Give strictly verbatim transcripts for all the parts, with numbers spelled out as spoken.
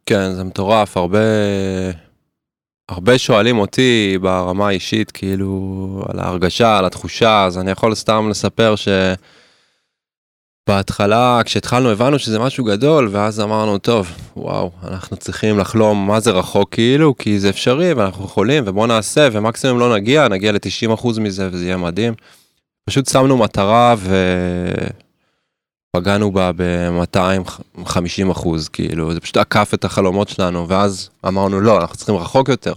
כן, זה מטורף, הרבה, הרבה שואלים אותי ברמה האישית, כאילו, על ההרגשה, על התחושה, אז אני יכול סתם לספר שבהתחלה, כשהתחלנו, הבנו שזה משהו גדול, ואז אמרנו, טוב, וואו, אנחנו צריכים לחלום מה זה רחוק, כאילו, כי זה אפשרי, ואנחנו יכולים, ובוא נעשה, ומקסימום לא נגיע, נגיע ל-תשעים אחוז מזה, וזה יהיה מדהים. פשוט שמנו מטרה, ו... פגענו בה ב-מאתיים וחמישים אחוז, כאילו, זה פשוט עקף את החלומות שלנו, ואז אמרנו, לא, אנחנו צריכים רחוק יותר.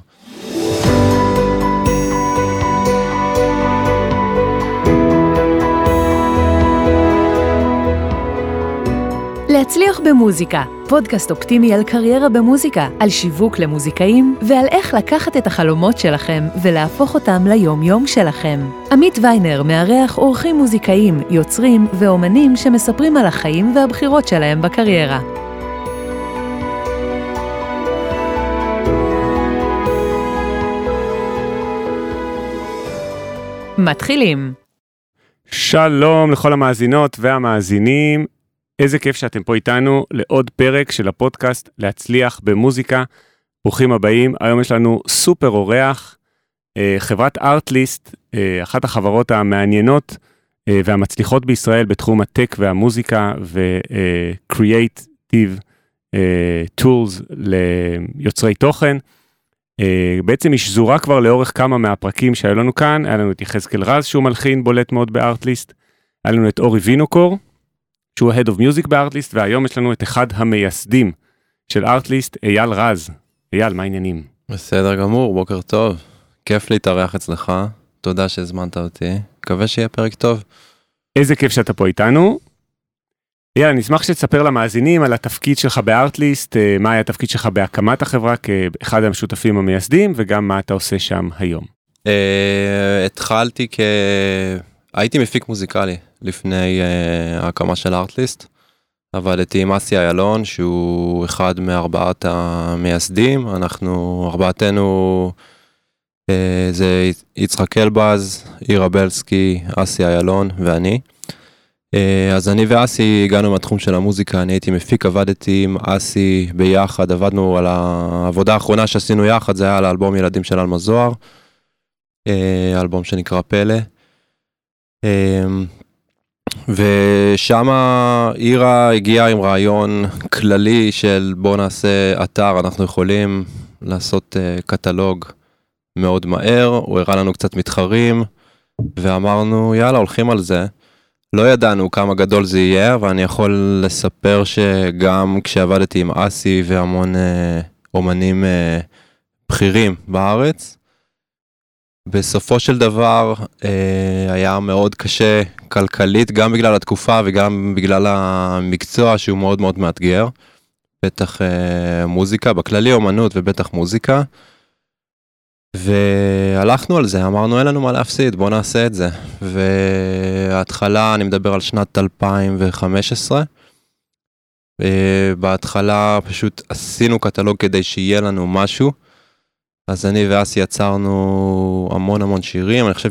להצליח במוזיקה, פודקאסט אופטימי על קריירה במוזיקה, על שיווק למוזיקאים, ועל איך לקחת את החלומות שלכם ולהפוך אותם ליום-יום שלכם. עמית ויינר מארח אורחים מוזיקאים, יוצרים ואומנים שמספרים על החיים והבחירות שלהם בקריירה. מתחילים. שלום לכל המאזינות והמאזינים. איזה כיף שאתם פה איתנו לעוד פרק של הפודקאסט להצליח במוזיקה. ברוכים הבאים. היום יש לנו סופר אורח, חברת ארטליסט, אחת החברות המעניינות והמצליחות בישראל בתחום הטק והמוזיקה ו-creative tools ליוצרי תוכן. בעצם היא שזורה כבר לאורך כמה מהפרקים שהיו לנו כאן. היה לנו את יחזקאל רז שהוא מלחין בולט מאוד בארטליסט. היה לנו את אורי וינוקור, שהוא Head of Music בארטליסט, והיום יש לנו את אחד המייסדים של ארטליסט, אייל רז. אייל, מה העניינים? בסדר גמור, בוקר טוב. כיף להתארח אצלך, תודה שהזמנת אותי. מקווה שיהיה פרק טוב. איזה כיף שאתה פה איתנו. אייל, אני אשמח שתספר למאזינים על התפקיד שלך בארטליסט, מה היה התפקיד שלך בהקמת החברה כאחד המשותפים המייסדים, וגם מה אתה עושה שם היום. התחלתי כ... הייתי מפיק מוזיקלי לפני uh, ההקמה של ארטליסט. עבדתי עם אסי איילון, שהוא אחד מארבעת המייסדים. אנחנו, ארבעתנו, uh, זה יצחק אלבז, עירה בלסקי, אסי איילון ואני. Uh, אז אני ואסי הגענו מהתחום של המוזיקה, אני הייתי מפיק, עבדתי עם אסי ביחד, עבדנו על העבודה האחרונה שעשינו יחד, זה היה על האלבום ילדים של אלמה זוהר, uh, אלבום שנקרא פלא. ושם עירה הגיעה עם רעיון כללי של בוא נעשה אתר, אנחנו יכולים לעשות קטלוג מאוד מהר, הוא הראה לנו קצת מתחרים, ואמרנו יאללה הולכים על זה. לא ידענו כמה גדול זה יהיה, אבל אני יכול לספר שגם כשעבדתי עם אסי והמון אומנים בכירים בארץ, בסופו של דבר אה, היה מאוד קשה כלכלית, גם בגלל התקופה וגם בגלל המקצוע שהוא מאוד מאוד מאתגר. בטח אה, מוזיקה, בכללי אומנות ובטח מוזיקה. והלכנו על זה, אמרנו אין לנו מה להפסיד, בוא נעשה את זה. וההתחלה, אני מדבר על שנת אלפיים וחמש עשרה. אה, בהתחלה פשוט עשינו קטלוג כדי שיהיה לנו משהו. אז אני ואסי יצרנו המון המון שירים, אני חושב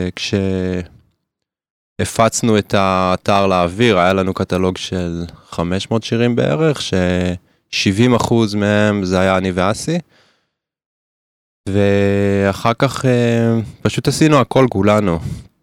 שכשהפצנו את האתר לאוויר, היה לנו קטלוג של חמש מאות שירים בערך, ש-שבעים אחוז מהם זה היה אני ואסי, ואחר כך פשוט עשינו הכל כולנו.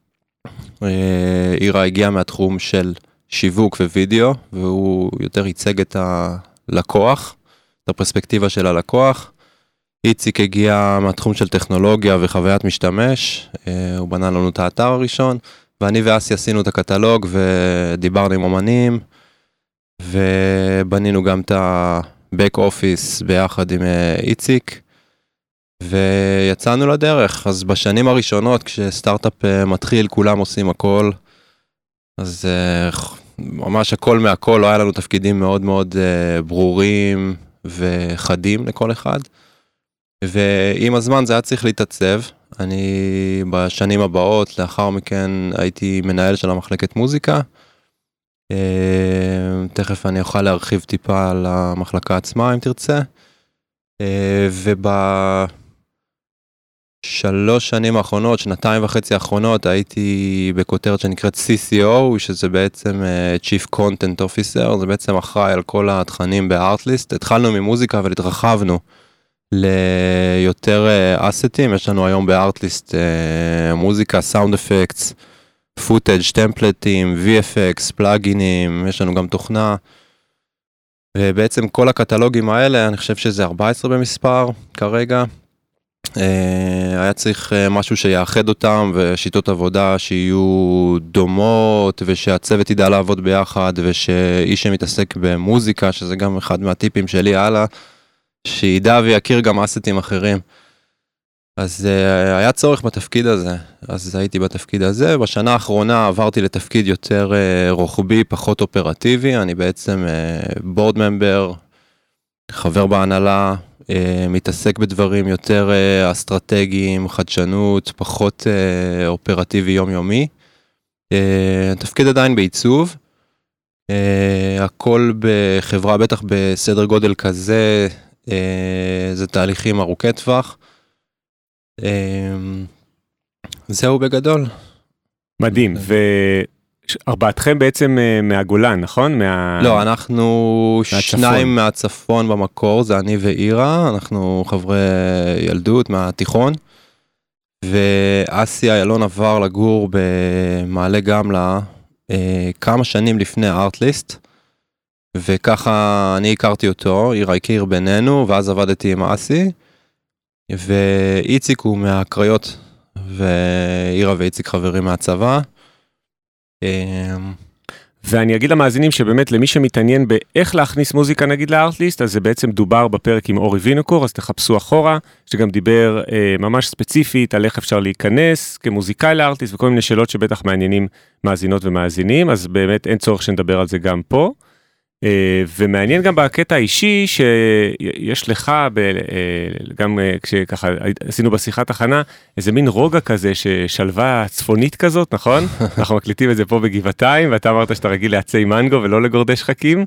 עירה הגיעה מהתחום של שיווק ווידאו, והוא יותר ייצג את הלקוח, את הפרספקטיבה של הלקוח, איציק הגיע מהתחום של טכנולוגיה וחוויית משתמש, הוא בנה לנו את האתר הראשון, ואני ואסי עשינו את הקטלוג ודיברנו עם אומנים, ובנינו גם את ה-back office ביחד עם איציק, ויצאנו לדרך. אז בשנים הראשונות, כשסטארט-אפ מתחיל, כולם עושים הכל, אז ממש הכל מהכל, לא היה לנו תפקידים מאוד מאוד ברורים וחדים לכל אחד. ועם הזמן זה היה צריך להתעצב. אני בשנים הבאות, לאחר מכן הייתי מנהל של המחלקת מוזיקה. תכף אני אוכל להרחיב טיפה על המחלקה עצמה אם תרצה. בשלוש שנים האחרונות, שנתיים וחצי האחרונות, הייתי בכותרת שנקראת סי סי או, שזה בעצם uh, Chief Content Officer, זה בעצם אחראי על כל התכנים בארטליסט. התחלנו ממוזיקה, אבל התרחבנו ליותר uh, אסטים. יש לנו היום בארטליסט uh, מוזיקה, סאונד אפקטס, פוטאג', טמפלטים, וי אף אקס, פלאגינים, יש לנו גם תוכנה. ובעצם כל הקטלוגים האלה, אני חושב שזה ארבע עשרה במספר כרגע. היה צריך משהו שיאחד אותם, ושיטות עבודה שיהיו דומות, ושהצוות ידע לעבוד ביחד, ושאיש שמתעסק במוזיקה, שזה גם אחד מהטיפים שלי הלאה, שידע ויכיר גם אסטים אחרים. אז uh, היה צורך בתפקיד הזה, אז הייתי בתפקיד הזה. בשנה האחרונה עברתי לתפקיד יותר uh, רוחבי, פחות אופרטיבי. אני בעצם בורד uh, ממבר, חבר בהנהלה, uh, מתעסק בדברים יותר uh, אסטרטגיים, חדשנות, פחות uh, אופרטיבי יומיומי. Uh, תפקיד עדיין בעיצוב. Uh, הכל בחברה, בטח בסדר גודל כזה, uh, זה תהליכים ארוכי טווח. זהו בגדול. מדהים. וארבעתכם בעצם מהגולן, נכון? לא, אנחנו שניים מהצפון במקור, זה אני ואירה, אנחנו חברי ילדות מהתיכון, ואסיה ילון עבר לגור במעלה גמלה כמה שנים לפני ארטליסט, וככה אני הכרתי אותו, אירה הכיר בינינו, ואז עבדתי עם אסי, ואיציק הוא מהקריות, ואירה ואיציק חברים מהצבא. ואני אגיד למאזינים שבאמת למי שמתעניין באיך להכניס מוזיקה נגיד לארטליסט, אז זה בעצם דובר בפרק עם אורי וינוקור, אז תחפשו אחורה, שגם דיבר אה, ממש ספציפית על איך אפשר להיכנס כמוזיקאי לארטליסט, וכל מיני שאלות שבטח מעניינים מאזינות ומאזינים, אז באמת אין צורך שנדבר על זה גם פה. ומעניין גם בקטע האישי שיש לך, גם כשככה עשינו בשיחת הכנה, איזה מין רוגע כזה ששלווה צפונית כזאת, נכון? אנחנו מקליטים את זה פה בגבעתיים, ואתה אמרת שאתה רגיל לעצי מנגו ולא לגורדי שחקים.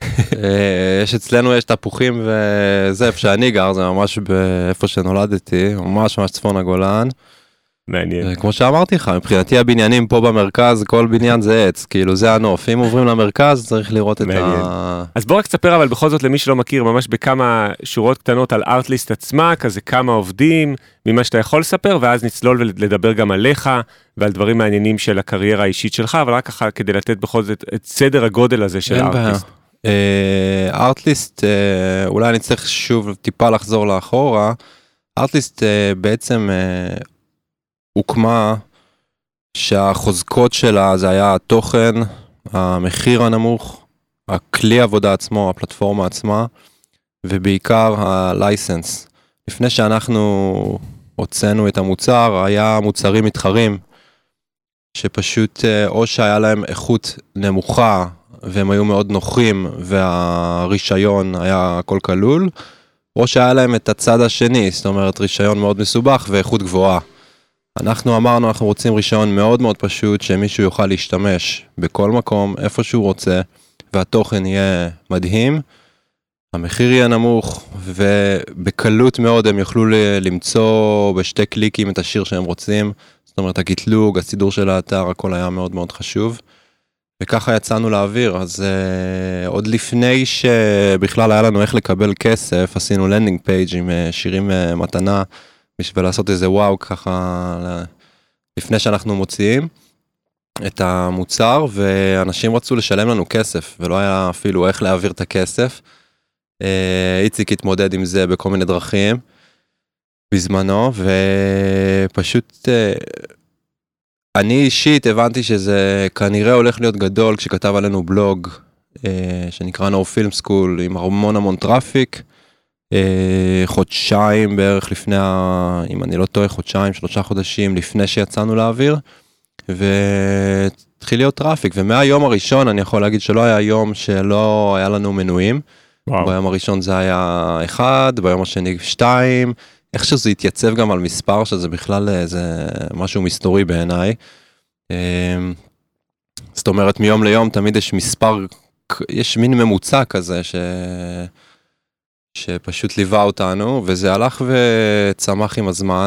יש אצלנו, יש תפוחים וזה איפה שאני גר, זה ממש באיפה שנולדתי, ממש ממש צפון הגולן. מעניין. כמו שאמרתי לך, מבחינתי הבניינים פה במרכז, כל בניין זה עץ, כאילו זה הנוף. אם עוברים למרכז, צריך לראות את ה... אז בוא רק תספר, אבל בכל זאת למי שלא מכיר, ממש בכמה שורות קטנות על ארטליסט עצמה, כזה כמה עובדים, ממה שאתה יכול לספר, ואז נצלול ולדבר גם עליך, ועל דברים מעניינים של הקריירה האישית שלך, אבל רק ככה כדי לתת בכל זאת את סדר הגודל הזה של ארטליסט. ארטליסט, אולי אני צריך שוב טיפה לחזור לאחורה. ארטליסט בעצם הוקמה שהחוזקות שלה זה היה התוכן, המחיר הנמוך, הכלי עבודה עצמו, הפלטפורמה עצמה, ובעיקר הלייסנס. לפני שאנחנו הוצאנו את המוצר, היה מוצרים מתחרים, שפשוט או שהיה להם איכות נמוכה, והם היו מאוד נוחים, והרישיון היה הכל כלול, או שהיה להם את הצד השני, זאת אומרת רישיון מאוד מסובך ואיכות גבוהה. אנחנו אמרנו, אנחנו רוצים רישיון מאוד מאוד פשוט, שמישהו יוכל להשתמש בכל מקום, איפה שהוא רוצה, והתוכן יהיה מדהים, המחיר יהיה נמוך, ובקלות מאוד הם יוכלו למצוא בשתי קליקים את השיר שהם רוצים, זאת אומרת, הקטלוג, הסידור של האתר, הכל היה מאוד מאוד חשוב, וככה יצאנו לאוויר. אז uh, עוד לפני שבכלל היה לנו איך לקבל כסף, עשינו לנדינג פייג' עם uh, שירים uh, מתנה, בשביל לעשות איזה וואו ככה, לפני שאנחנו מוציאים את המוצר, ואנשים רצו לשלם לנו כסף, ולא היה אפילו איך להעביר את הכסף. איציק התמודד עם זה בכל מיני דרכים, בזמנו, ופשוט, אני אישית הבנתי שזה כנראה הולך להיות גדול, כשכתב עלינו בלוג, שנקרא No Film School, עם המון המון טראפיק, חודשיים בערך לפני, אם אני לא טועה, חודשיים, שלושה חודשים לפני שיצאנו לאוויר, והתחיל להיות טראפיק, ומהיום הראשון אני יכול להגיד שלא היה יום שלא היה לנו מנויים, וואו. ביום הראשון זה היה אחד, ביום השני שתיים, איך שזה התייצב גם על מספר, שזה בכלל זה משהו מסתורי בעיניי, זאת אומרת מיום ליום תמיד יש מספר, יש מין ממוצע כזה ש... שפשוט ליווה אותנו, וזה הלך וצמח עם הזמן.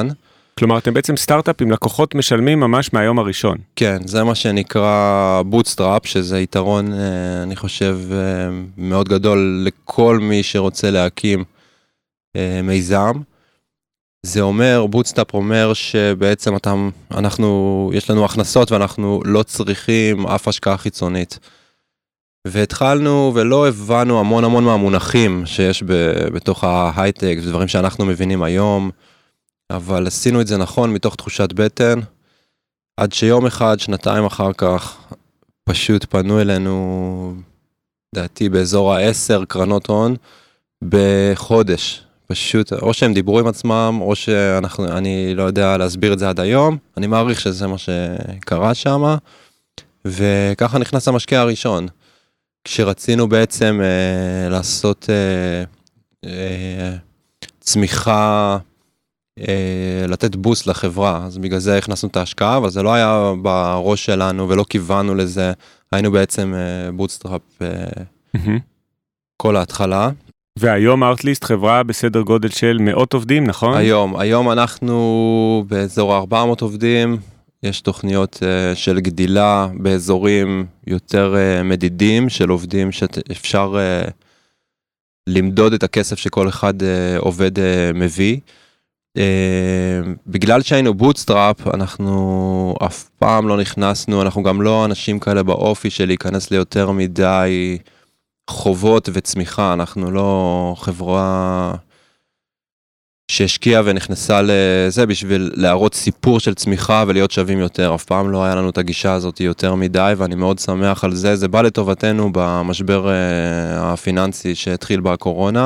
כלומר, אתם בעצם סטארט-אפ עם לקוחות משלמים ממש מהיום הראשון. כן, זה מה שנקרא בוטסטראפ, שזה יתרון, אני חושב, מאוד גדול לכל מי שרוצה להקים מיזם. זה אומר, בוטסטראפ אומר שבעצם אתה, אנחנו, יש לנו הכנסות ואנחנו לא צריכים אף השקעה חיצונית. והתחלנו ולא הבנו המון המון מהמונחים שיש בתוך ההייטק, דברים שאנחנו מבינים היום, אבל עשינו את זה נכון מתוך תחושת בטן, עד שיום אחד, שנתיים אחר כך, פשוט פנו אלינו, דעתי באזור העשר קרנות הון, בחודש. פשוט, או שהם דיברו עם עצמם, או שאנחנו, אני לא יודע להסביר את זה עד היום, אני מעריך שזה מה שקרה שם, וככה נכנס המשקיע הראשון. כשרצינו בעצם אה, לעשות אה, אה, צמיחה, אה, לתת בוסט לחברה, אז בגלל זה הכנסנו את ההשקעה, אבל זה לא היה בראש שלנו ולא כיוונו לזה, היינו בעצם אה, בוטסטראפ אה, mm-hmm. כל ההתחלה. והיום ארטליסט חברה בסדר גודל של מאות עובדים, נכון? היום, היום אנחנו באזור ארבע מאות עובדים, יש תוכניות uh, של גדילה באזורים יותר uh, מדידים של עובדים שאפשר uh, למדוד את הכסף שכל אחד uh, עובד uh, מביא. Uh, בגלל שהיינו בוטסטראפ, אנחנו אף פעם לא נכנסנו, אנחנו גם לא אנשים כאלה באופי של להיכנס ליותר מדי חובות וצמיחה, אנחנו לא חברה שהשקיעה ונכנסה לזה בשביל להראות סיפור של צמיחה ולהיות שווים יותר. אף פעם לא היה לנו את הגישה הזאת יותר מדי, ואני מאוד שמח על זה. זה בא לטובתנו במשבר הפיננסי שהתחיל בקורונה,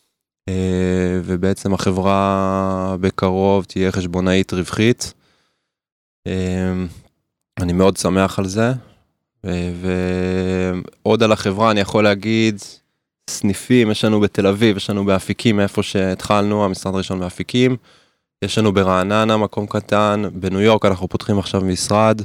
ובעצם החברה בקרוב תהיה חשבונאית רווחית. אני מאוד שמח על זה. ועוד על החברה אני יכול להגיד, סניפים, יש לנו בתל אביב, יש לנו באפיקים, איפה שהתחלנו, המשרד הראשון באפיקים, יש לנו ברעננה, מקום קטן, בניו יורק אנחנו פותחים עכשיו משרד,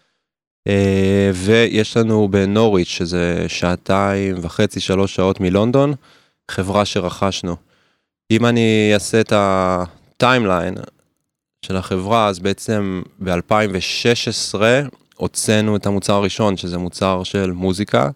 ויש לנו בנוריץ', שזה שעתיים וחצי, שלוש שעות מלונדון, חברה שרכשנו. אם אני אעשה את הטיימליין של החברה, אז בעצם ב-אלפיים ושש עשרה הוצאנו את המוצר הראשון, שזה מוצר של מוזיקה,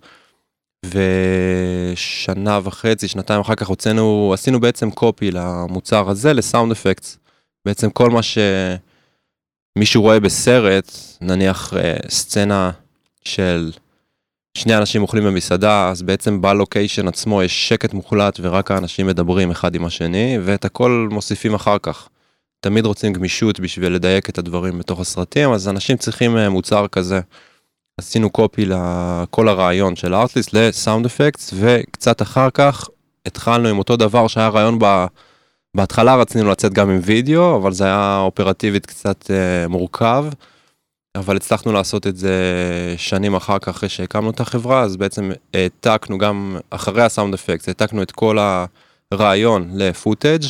ושנה וחצי, שנתיים אחר כך הוצאנו, עשינו בעצם קופי למוצר הזה, לסאונד אפקטס. בעצם כל מה שמישהו רואה בסרט, נניח סצנה של שני אנשים אוכלים במסעדה, אז בעצם בלוקיישן עצמו יש שקט מוחלט, ורק האנשים מדברים אחד עם השני, ואת הכל מוסיפים אחר כך. תמיד רוצים גמישות בשביל לדייק את הדברים בתוך הסרטים, אז אנשים צריכים מוצר כזה. עשינו קופי לכל הרעיון של ארטליסט לסאונד אפקטס, וקצת אחר כך התחלנו עם אותו דבר שהיה רעיון ב... בהתחלה רצינו לצאת גם עם וידאו, אבל זה היה אופרטיבית קצת אה, מורכב, אבל הצלחנו לעשות את זה שנים אחר כך אחרי שהקמנו את החברה, אז בעצם העתקנו גם אחרי הסאונד אפקטס, העתקנו את כל הרעיון לפוטאג'.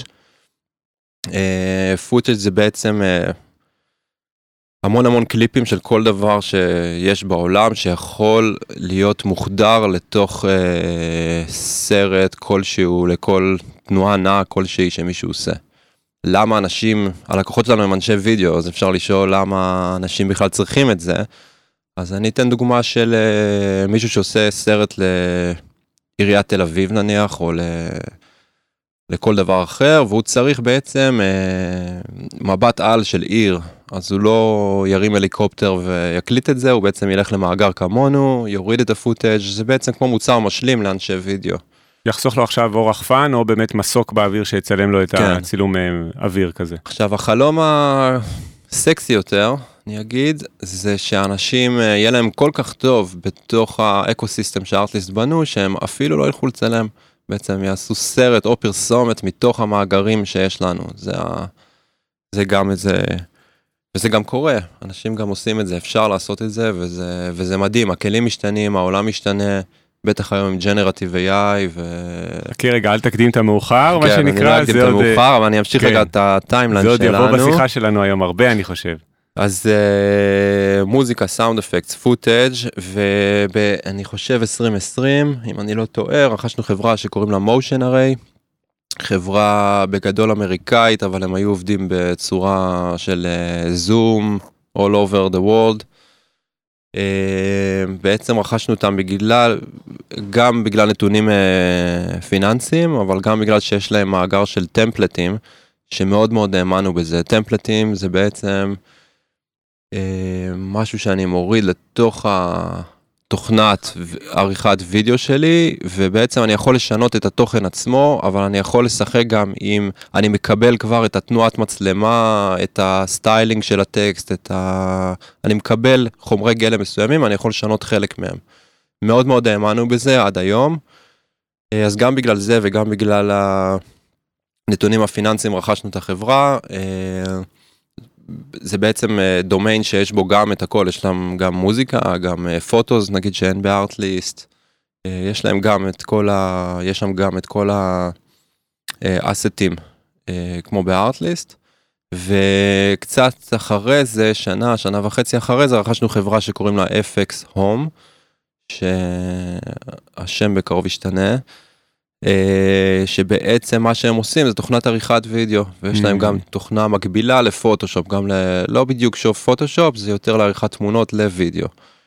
פוטאג' זה בעצם המון המון קליפים של כל דבר שיש בעולם שיכול להיות מוחדר לתוך סרט כלשהו, לכל תנועה נעה כלשהי שמישהו עושה. למה אנשים, הלקוחות שלנו הם אנשי וידאו, אז אפשר לשאול למה אנשים בכלל צריכים את זה. אז אני אתן דוגמה של מישהו שעושה סרט לעיריית תל אביב נניח, או ל... לכל דבר אחר, והוא צריך בעצם אה, מבט על של עיר, אז הוא לא ירים הליקופטר ויקליט את זה, הוא בעצם ילך למאגר כמונו, יוריד את הפוטאג', זה בעצם כמו מוצר משלים לאנשי וידאו. יחסוך לו עכשיו אור רחפן, או באמת מסוק באוויר שיצלם לו את כן. הצילום אוויר כזה. עכשיו, החלום הסקסי יותר, אני אגיד, זה שאנשים יהיה להם כל כך טוב בתוך האקוסיסטם שהארטליסט בנו, שהם אפילו לא ילכו לצלם. בעצם יעשו סרט או פרסומת מתוך המאגרים שיש לנו. זה, זה גם איזה, וזה גם קורה. אנשים גם עושים את זה, אפשר לעשות את זה, וזה, וזה מדהים. הכלים משתנים, העולם משתנה, בטח היום עם ג'נרטיב איי איי ו... אוקיי, רגע, אל תקדים את המאוחר, מה שנקרא. כן, אני לא אקדים את המאוחר, אבל אני אמשיך רגע את הטיימליין שלנו. זה עוד יבוא בשיחה שלנו היום הרבה, אני חושב. אז uh, מוזיקה, סאונד אפקטס, פוטאג', ואני חושב עשרים עשרים, אם אני לא טועה, רכשנו חברה שקוראים לה Motion Array, חברה בגדול אמריקאית, אבל הם היו עובדים בצורה של זום, all over the world. בעצם רכשנו אותם בגלל, גם בגלל נתונים פיננסיים, אבל גם בגלל שיש להם מאגר של טמפלטים, שמאוד מאוד האמנו בזה. טמפלטים זה בעצם משהו שאני מוריד לתוך התוכנת עריכת וידאו שלי, ובעצם אני יכול לשנות את התוכן עצמו, אבל אני יכול לשחק גם אם אני מקבל כבר את התנועת מצלמה, את הסטיילינג של הטקסט, את ה... אני מקבל חומרי גלם מסוימים, אני יכול לשנות חלק מהם. מאוד מאוד האמנו בזה עד היום, אז גם בגלל זה וגם בגלל הנתונים הפיננסיים רכשנו את החברה, זה בעצם דומיין שיש בו גם את הכל, יש להם גם מוזיקה, גם פוטוס, נגיד שאין בארטליסט, יש להם גם את כל ה... יש שם גם את כל האסטים, כמו בארטליסט, וקצת אחרי זה, שנה, שנה וחצי אחרי זה, רכשנו חברה שקוראים לה אף אקס Home, שהשם בקרוב ישתנה, שבעצם מה שהם עושים זה תוכנת עריכת וידאו, ויש להם גם תוכנה מקבילה לפוטושופ, גם לא בדיוק שוב פוטושופ, זה יותר לעריכת תמונות לוידאו.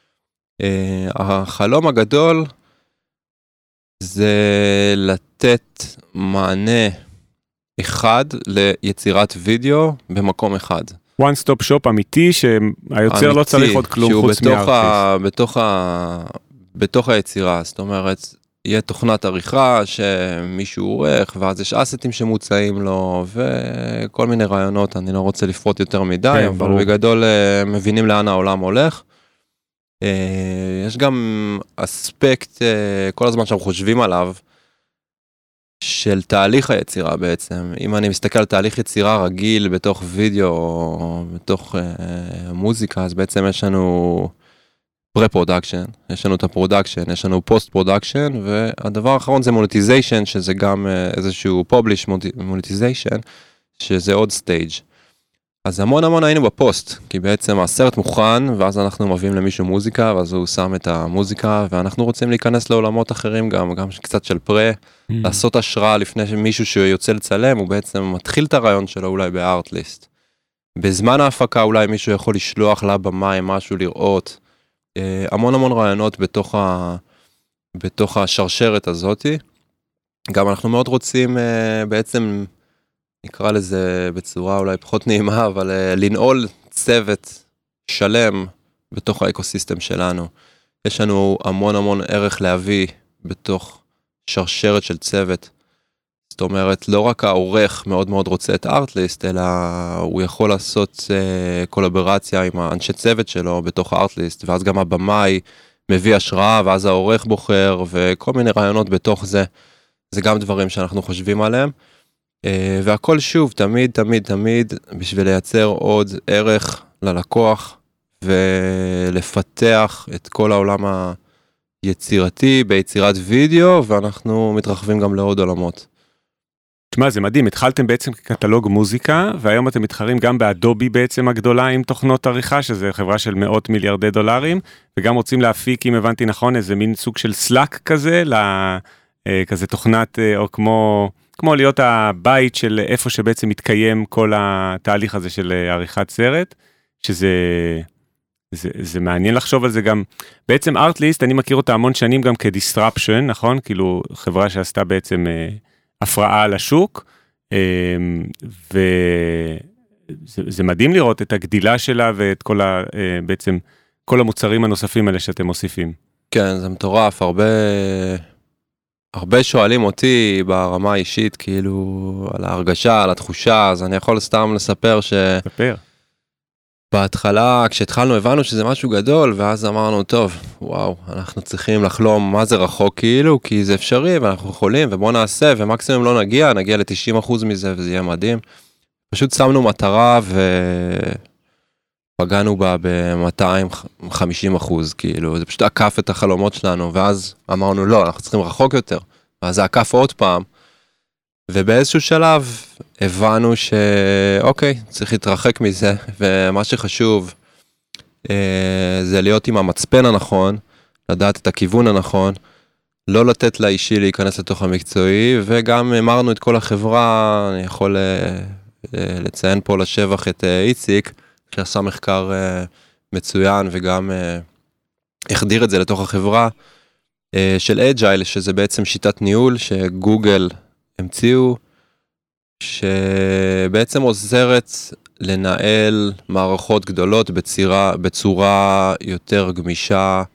החלום הגדול זה לתת מענה אחד ליצירת וידאו במקום אחד. one stop shop אמיתי, שהיוצר לא צריך עוד כלום חוץ מארטיסט. בתוך ה... בתוך היצירה, זאת אומרת, יהיה תוכנת עריכה שמישהו עורך, ואז יש אסטים שמוצאים לו, וכל מיני רעיונות, אני לא רוצה לפרוט יותר מדי, כן, אבל ברור. בגדול מבינים לאן העולם הולך. יש גם אספקט, כל הזמן שאנחנו חושבים עליו, של תהליך היצירה בעצם. אם אני מסתכל על תהליך יצירה רגיל בתוך וידאו, או בתוך uh, מוזיקה, אז בעצם יש לנו פרה-פרודקשן, יש לנו את הפרודקשן, יש לנו פוסט-פרודקשן, והדבר האחרון זה מוניטיזיישן, שזה גם uh, איזשהו פובליש מוניטיזיישן, שזה עוד סטייג'. אז המון המון היינו בפוסט, כי בעצם הסרט מוכן, ואז אנחנו מביאים למישהו מוזיקה, ואז הוא שם את המוזיקה, ואנחנו רוצים להיכנס לעולמות אחרים גם, גם קצת של פרה, mm. לעשות השראה לפני שמישהו שיוצא לצלם, הוא בעצם מתחיל את הרעיון שלו אולי בארטליסט. בזמן ההפקה אולי מישהו יכול לשלוח לבמה עם משהו לראות, אה, המון המון רעיונות בתוך, ה, בתוך השרשרת הזאת. גם אנחנו מאוד רוצים אה, בעצם... נקרא לזה בצורה אולי פחות נעימה, אבל uh, לנעול צוות שלם בתוך האקוסיסטם שלנו. יש לנו המון המון ערך להביא בתוך שרשרת של צוות. זאת אומרת, לא רק העורך מאוד מאוד רוצה את ארטליסט, אלא הוא יכול לעשות uh, קולברציה עם האנשי צוות שלו בתוך ארטליסט, ואז גם הבמאי מביא השראה, ואז העורך בוחר, וכל מיני רעיונות בתוך זה. זה גם דברים שאנחנו חושבים עליהם. והכל שוב, תמיד, תמיד, תמיד, בשביל לייצר עוד ערך ללקוח, ולפתח את כל העולם היצירתי ביצירת וידאו, ואנחנו מתרחבים גם לעוד עולמות. תשמע, זה מדהים, התחלתם בעצם כקטלוג מוזיקה, והיום אתם מתחרים גם באדובי בעצם הגדולה עם תוכנות עריכה, שזה חברה של מאות מיליארדי דולרים, וגם רוצים להפיק, אם הבנתי נכון, איזה מין סוג של סלאק כזה, כזה תוכנת, או כמו... כמו להיות הבית של איפה שבעצם מתקיים כל התהליך הזה של עריכת סרט, שזה זה, זה מעניין לחשוב על זה גם. בעצם ארטליסט, אני מכיר אותה המון שנים גם כדיסטרפשן, נכון? כאילו חברה שעשתה בעצם אה, הפרעה לשוק, אה, וזה זה מדהים לראות את הגדילה שלה ואת כל ה, אה, בעצם כל המוצרים הנוספים האלה שאתם מוסיפים. כן, זה מטורף, הרבה... הרבה שואלים אותי ברמה האישית, כאילו, על ההרגשה, על התחושה, אז אני יכול סתם לספר ש... ספר. בהתחלה, כשהתחלנו, הבנו שזה משהו גדול, ואז אמרנו, טוב, וואו, אנחנו צריכים לחלום מה זה רחוק, כאילו, כי זה אפשרי, ואנחנו יכולים, ובוא נעשה, ומקסימום לא נגיע, נגיע ל-תשעים אחוז מזה, וזה יהיה מדהים. פשוט שמנו מטרה, ופגענו בה ב-מאתיים וחמישים אחוז, כאילו, זה פשוט עקף את החלומות שלנו, ואז אמרנו, לא, אנחנו צריכים רחוק יותר, ואז זה עקף עוד פעם, ובאיזשהו שלב הבנו שאוקיי, צריך להתרחק מזה, ומה שחשוב אה, זה להיות עם המצפן הנכון, לדעת את הכיוון הנכון, לא לתת לאישי להיכנס לתוך המקצועי, וגם אמרנו את כל החברה, אני יכול לציין פה לשבח את איציק, שעשה מחקר מצוין, וגם החדיר את זה לתוך החברה, של אג'ייל, שזה בעצם שיטת ניהול, שגוגל המציאו, שבעצם עוזרת לנהל מערכות גדולות בצירה, בצורה יותר גמישה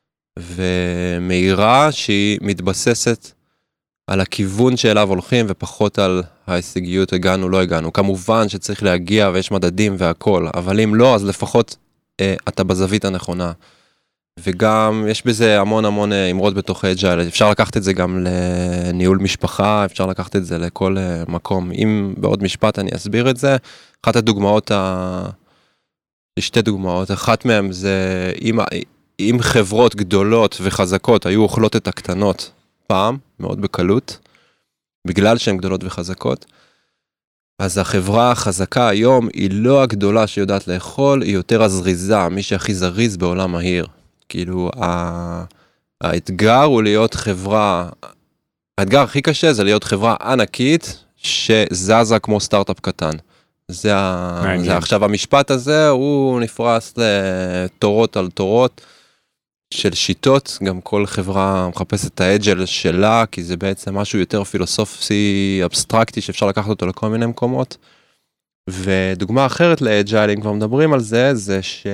ומהירה, שהיא מתבססת על הכיוון שאליו הולכים ופחות על ההישגיות, הגענו, לא הגענו. כמובן שצריך להגיע ויש מדדים והכל, אבל אם לא, אז לפחות אה, אתה בזווית הנכונה. וגם יש בזה המון המון אמרות בתוך אג'ייל, אפשר לקחת את זה גם לניהול משפחה, אפשר לקחת את זה לכל מקום. אם בעוד משפט אני אסביר את זה, אחת הדוגמאות, ה... שתי דוגמאות, אחת מהן זה אם, אם חברות גדולות וחזקות היו אוכלות את הקטנות פעם, מאוד בקלות, בגלל שהן גדולות וחזקות, אז החברה החזקה היום היא לא הגדולה שיודעת לאכול, היא יותר הזריזה, מי שהכי זריז בעולם מהיר. כאילו, האתגר הוא להיות חברה, האתגר הכי קשה זה להיות חברה ענקית, שזזה כמו סטארט-אפ קטן. זה, ה... זה עכשיו המשפט הזה, הוא נפרס לתורות על תורות של שיטות, גם כל חברה מחפשת את האג'ל שלה, כי זה בעצם משהו יותר פילוסופי, אבסטרקטי, שאפשר לקחת אותו לכל מיני מקומות. ודוגמה אחרת לאג'ייל, אם כבר מדברים על זה, זה ש...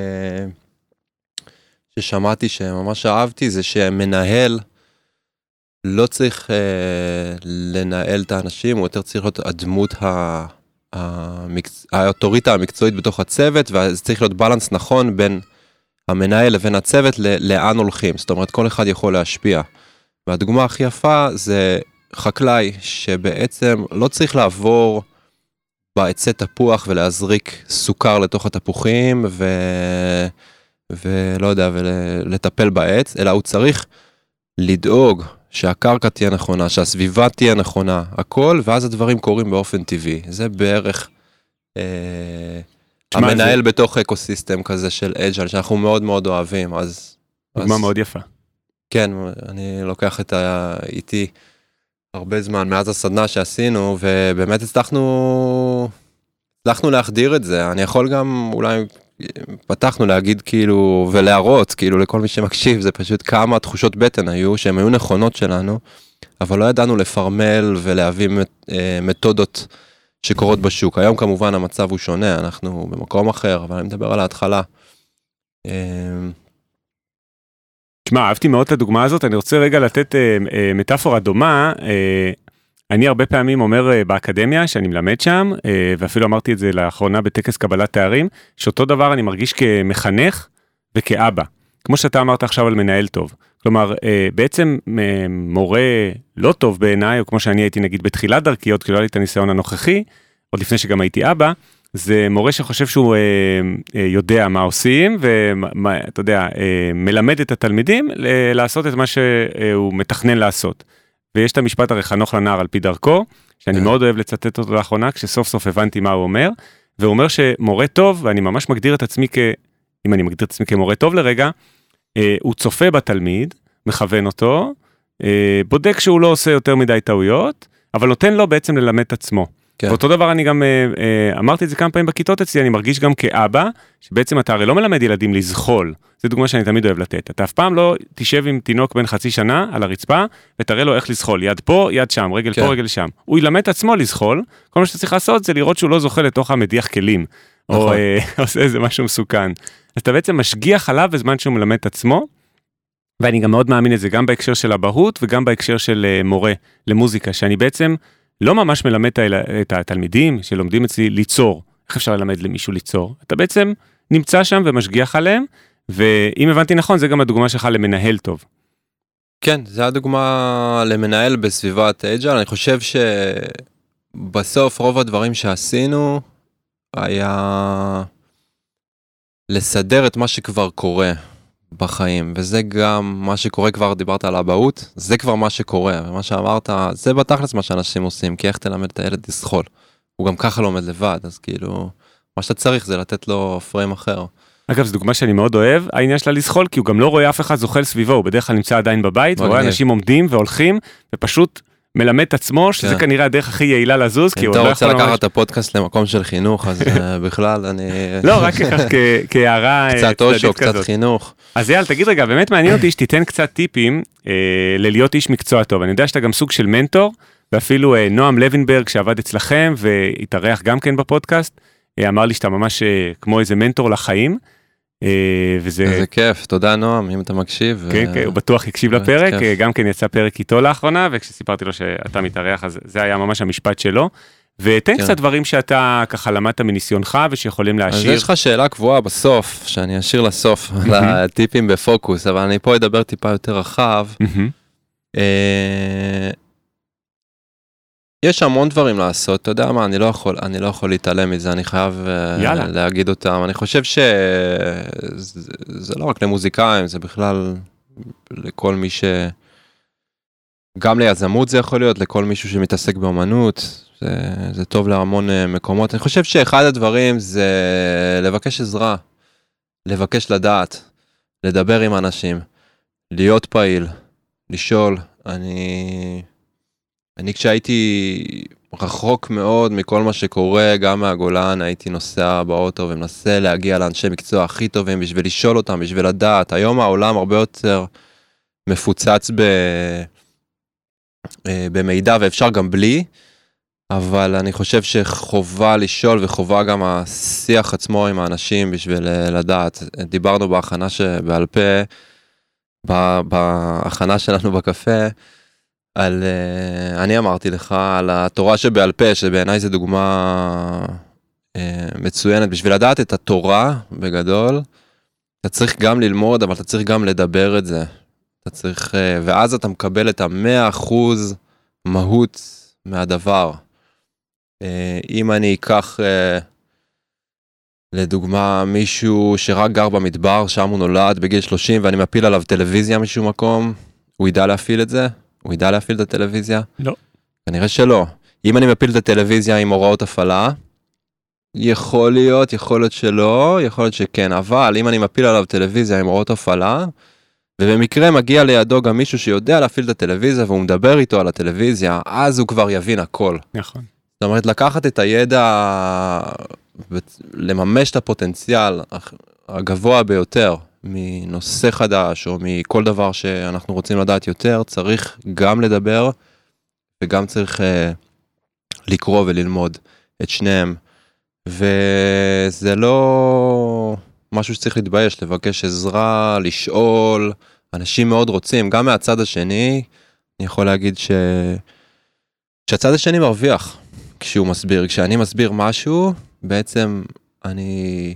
ששמעתי שממש אהבתי, זה שמנהל לא צריך אה, לנהל את האנשים, הוא יותר צריך להיות הדמות ה... המקצ... האוטוריטה המקצועית בתוך הצוות, וזה צריך להיות בלנס נכון בין המנהל לבין הצוות ל... לאן הולכים, זאת אומרת כל אחד יכול להשפיע. והדוגמה הכי יפה זה חקלאי, שבעצם לא צריך לעבור בעצי תפוח ולהזריק סוכר לתוך התפוחים, ו... ולא יודע, ולטפל בעץ, אלא הוא צריך לדאוג שהקרקע תהיה נכונה, שהסביבה תהיה נכונה, הכל, ואז הדברים קורים באופן טבעי. זה בערך אה, המנהל זה... בתוך אקוסיסטם כזה של אג'ייל, שאנחנו מאוד מאוד אוהבים. אז, דוגמה אז, מאוד יפה. כן, אני לוקח את ה... איתי הרבה זמן מאז הסדנה שעשינו, ובאמת הצלחנו, הצלחנו להחדיר את זה. אני יכול גם אולי... פתחנו להגיד כאילו, ולהראות כאילו לכל מי שמקשיב, זה פשוט כמה תחושות בטן היו, שהן היו נכונות שלנו, אבל לא ידענו לפרמל ולהביא מתודות שקורות בשוק. היום כמובן המצב הוא שונה, אנחנו במקום אחר, אבל אני מדבר על ההתחלה. תשמע, אהבתי מאוד את הדוגמה הזאת, אני רוצה רגע לתת מטאפורה דומה, אני הרבה פעמים אומר באקדמיה שאני מלמד שם, ואפילו אמרתי את זה לאחרונה בטקס קבלת תארים, שאותו דבר אני מרגיש כמחנך וכאבא. כמו שאתה אמרת עכשיו על מנהל טוב. כלומר, בעצם מורה לא טוב בעיניי, או כמו שאני הייתי נגיד בתחילת דרכי, עוד כי לא היה לי את הניסיון הנוכחי, עוד לפני שגם הייתי אבא, זה מורה שחושב שהוא יודע מה עושים, ואתה יודע, מלמד את התלמידים לעשות את מה שהוא מתכנן לעשות. ויש את המשפט הרי חנוך לנער על פי דרכו, שאני מאוד אוהב לצטט אותו לאחרונה, כשסוף סוף הבנתי מה הוא אומר, והוא אומר שמורה טוב, ואני ממש מגדיר את עצמי כ... אם אני מגדיר את עצמי כמורה טוב לרגע, הוא צופה בתלמיד, מכוון אותו, בודק שהוא לא עושה יותר מדי טעויות, אבל נותן לו בעצם ללמד את עצמו. כן. ואותו דבר אני גם אמרתי את זה כמה פעמים בכיתות אצלי, אני מרגיש גם כאבא, שבעצם אתה הרי לא מלמד ילדים לזחול, זו דוגמה שאני תמיד אוהב לתת, אתה אף פעם לא תשב עם תינוק בן חצי שנה על הרצפה, ותראה לו איך לזחול, יד פה, יד שם, רגל כן. פה, רגל שם. הוא ילמד את עצמו לזחול, כל מה שאתה צריך לעשות זה לראות שהוא לא זוכל לתוך המדיח כלים, נכון. או עושה איזה משהו מסוכן. אז אתה בעצם משגיח עליו בזמן שהוא מלמד את עצמו, ואני גם מאוד מאמין את זה, גם בהקשר של הבהות, וגם בהקשר של מורה למוזיקה, שאני בעצם לא ממש מלמד את התלמידים שלומדים אצלי ליצור. איך אפשר ללמד למישהו ליצור? אתה בעצם נמצא שם ומשגיח עליהם, ואם הבנתי נכון, זה גם הדוגמה שלך למנהל טוב. כן, זה הדוגמה למנהל בסביבת אג'ייל. אני חושב שבסוף רוב הדברים שעשינו היה לסדר את מה שכבר קורה בחיים, וזה גם מה שקורה, כבר דיברת על הבאות, זה כבר מה שקורה, ומה שאמרת, זה בתכלס מה שאנשים עושים, כי איך תלמד את הילד לזחול? הוא גם ככה לומד לבד, אז כאילו, מה שאתה צריך זה לתת לו פריים אחר. אגב, זו דוגמה שאני מאוד אוהב, העניין שלה לזחול, כי הוא גם לא רואה אף אחד זוחל סביבו, הוא בדרך כלל נמצא עדיין בבית, ורואה אנשים עומדים והולכים, ופשוט מלמד את עצמו, שזה כנראה הדרך הכי יעילה לזוז, כי הוא לא יכול... אתה רוצה לקחת את הפודקאסט למקום של חינוך, אז בכלל אני... לא, רק כך כהערה... קצת אושו, קצת חינוך. אז יאל, תגיד רגע, באמת מעניין אותי שתיתן קצת טיפים ללהיות איש מקצוע טוב. אני יודע שאתה גם סוג של מנטור, ואפילו נועם לוינברג שעבד אצלכם, והתארח גם כן בפודקאסט, אמר לי שאתה ממש כמו איזה מנטור לחיים, וזה... זה כיף, תודה נועם, אם אתה מקשיב. כן, כן, הוא בטוח יקשיב לפרק, גם כן יצא פרק איתו לאחרונה, וכשסיפרתי לו שאתה מתארח, אז זה היה ממש המשפט שלו, ותן קצת דברים שאתה ככה למדת מניסיונך, ושיכולים להשאיר. אז יש לך שאלה קבועה בסוף, שאני אשאיר לסוף, לטיפים בפוקוס, אבל אני פה אדבר טיפה יותר רחב. יש המון דברים לעשות, אתה יודע מה, אני לא יכול, אני לא יכול להתעלם מזה, אני חייב יאללה. להגיד אותם. אני חושב שזה זה לא רק למוזיקאים, זה בכלל לכל מי ש... גם ליזמות זה יכול להיות, לכל מישהו שמתעסק באמנות, זה, זה טוב להמון מקומות. אני חושב שאחד הדברים זה לבקש עזרה, לבקש לדעת, לדבר עם אנשים, להיות פעיל, לשאול. אני... אני כשהייתי רחוק מאוד מכל מה שקורה, גם מהגולן, הייתי נוסע באוטו ומנסה להגיע לאנשי מקצוע הכי טובים בשביל לשאול אותם, בשביל לדעת. היום העולם הרבה יותר מפוצץ ב... במידע, ואפשר גם בלי, אבל אני חושב שחובה לשאול וחובה גם השיח עצמו עם האנשים בשביל לדעת. דיברנו בהכנה שבעל פה, בהכנה שלנו בקפה, על, אני אמרתי לך, על התורה שבעל פה, שבעיניי זו דוגמה מצוינת. בשביל לדעת את התורה בגדול, אתה צריך גם ללמוד, אבל אתה צריך גם לדבר את זה. אתה צריך, ואז אתה מקבל את המאה אחוז מהות מהדבר. אם אני אקח, לדוגמה, מישהו שרק גר במדבר, שם הוא נולד בגיל שלושים, ואני מפיל עליו טלוויזיה משום מקום, הוא ידע להפעיל את זה? הוא ידע להפעיל את הטלוויזיה? לא. כנראה שלא. אם אני מפיל את הטלוויזיה עם הוראות הפעלה, יכול להיות, יכול להיות שלא, יכול להיות שכן, אבל אם אני מפיל עליו טלוויזיה עם הוראות הפעלה, ובמקרה מגיע לידו גם מישהו שיודע להפעיל את הטלוויזיה, והוא מדבר איתו על הטלוויזיה, אז הוא כבר יבין הכל. נכון. זאת אומרת, לקחת את הידע, לממש את הפוטנציאל הגבוה ביותר, מנושא חדש, או מכל דבר שאנחנו רוצים לדעת יותר, צריך גם לדבר, וגם צריך אה, לקרוא וללמוד את שניהם. וזה לא משהו שצריך להתבייש, לבקש עזרה, לשאול. אנשים מאוד רוצים, גם מהצד השני, אני יכול להגיד ש... שהצד השני מרוויח כשהוא מסביר. כשאני מסביר משהו, בעצם אני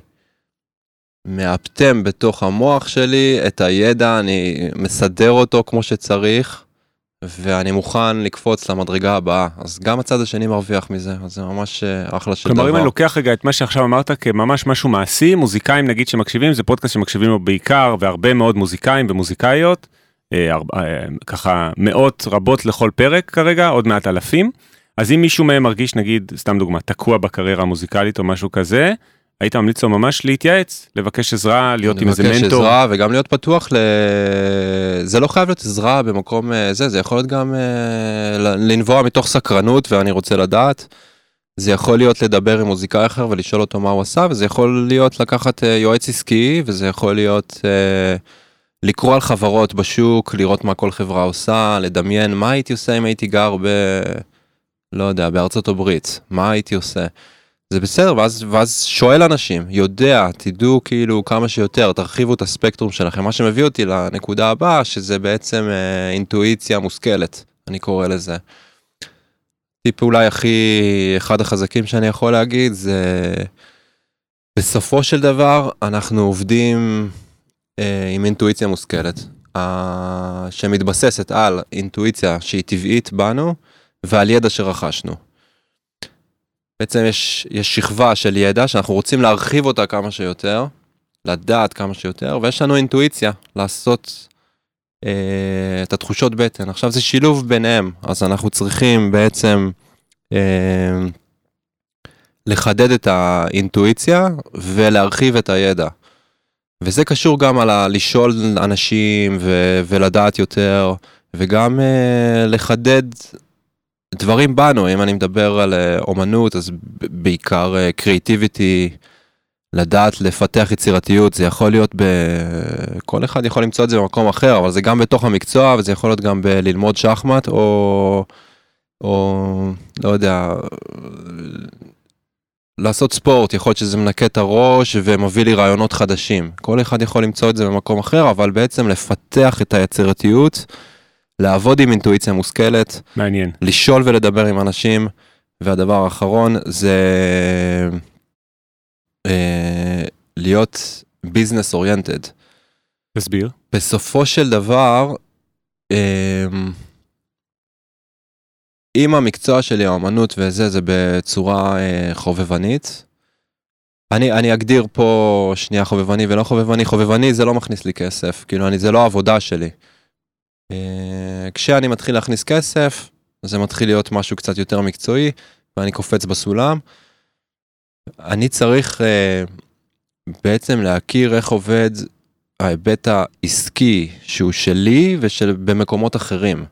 מאפתם בתוך המוח שלי את הידע, אני מסדר אותו כמו שצריך, ואני מוכן לקפוץ למדרגה הבאה. אז גם הצד השני מרוויח מזה, אז זה ממש אחלה של דבר. כלומר, אם אני לוקח רגע את מה שעכשיו אמרת כממש משהו מעשי, מוזיקאים נגיד שמקשיבים, זה פודקאסט שמקשיבים לו בעיקר, והרבה מאוד מוזיקאים ומוזיקאיות, ככה מאות רבות לכל פרק כרגע, עוד מעט אלפים. אז אם מישהו מהם מרגיש, נגיד, סתם דוגמה, תקוע בקריירה המוזיקלית או משהו כזה, היית ממליץ לו ממש להתייעץ, לבקש עזרה, להיות עם איזה מנטור. לבקש עזרה וגם להיות פתוח ל... זה לא חייב להיות עזרה במקום זה, זה יכול להיות גם לנבוע מתוך סקרנות ואני רוצה לדעת. זה יכול להיות לדבר עם מוזיקאי אחר ולשאול אותו מה הוא עשה, וזה יכול להיות לקחת יועץ עסקי, וזה יכול להיות לקרוא על חברות בשוק, לראות מה כל חברה עושה, לדמיין מה הייתי עושה אם הייתי גר ב... לא יודע, בארצות הברית, מה הייתי עושה? זה בסדר, ואז, ואז שואל אנשים, יודע, תדעו כאילו כמה שיותר, תרחיבו את הספקטרום שלכם, מה שמביא אותי לנקודה הבאה, שזה בעצם אה, אינטואיציה מושכלת, אני קורא לזה. טיפ אולי הכי, אחד החזקים שאני יכול להגיד, זה בסופו של דבר, אנחנו עובדים אה, עם אינטואיציה מושכלת, אה, שמתבססת על אינטואיציה שהיא טבעית בנו, ועל ידע שרכשנו. בעצם יש, יש שכבה של ידע שאנחנו רוצים להרחיב אותה כמה שיותר, לדעת כמה שיותר, ויש לנו אינטואיציה לעשות אה, את התחושות בטן. עכשיו זה שילוב ביניהם, אז אנחנו צריכים בעצם אה, לחדד את האינטואיציה ולהרחיב את הידע. וזה קשור גם על ה- לשאול אנשים ו- ולדעת יותר, וגם uh, לחדד דברים בנו. אם אני מדבר על uh, אומנות, אז ב- בעיקר קריאטיביטי, uh, לדעת לפתח יצירתיות, זה יכול להיות ב... כל אחד יכול למצוא את זה במקום אחר, אבל זה גם בתוך המקצוע, וזה יכול להיות גם בללמוד שחמט, או, או לא יודע, לעשות ספורט, יכול להיות שזה מנקה את הראש, ומביא לי רעיונות חדשים. כל אחד יכול למצוא את זה במקום אחר, אבל בעצם לפתח את היצירתיות, לעבוד עם אינטואיציה מושכלת, מעניין. לשאול ולדבר עם אנשים, והדבר האחרון זה... Uh, להיות ביזנס אוריינטד. תסביר. בסופו של דבר, um, אם המקצוע שלי, האמנות וזה, זה בצורה uh, חובבנית, אני, אני אגדיר פה שנייה חובבני ולא חובבני. חובבני זה לא מכניס לי כסף, כאילו אני, זה לא העבודה שלי. Uh, כשאני מתחיל להכניס כסף, זה מתחיל להיות משהו קצת יותר מקצועי, ואני קופץ בסולם. אני צריך uh, בעצם להכיר איך עובד ההיבט העסקי שהוא שלי ושל במקומות אחרים.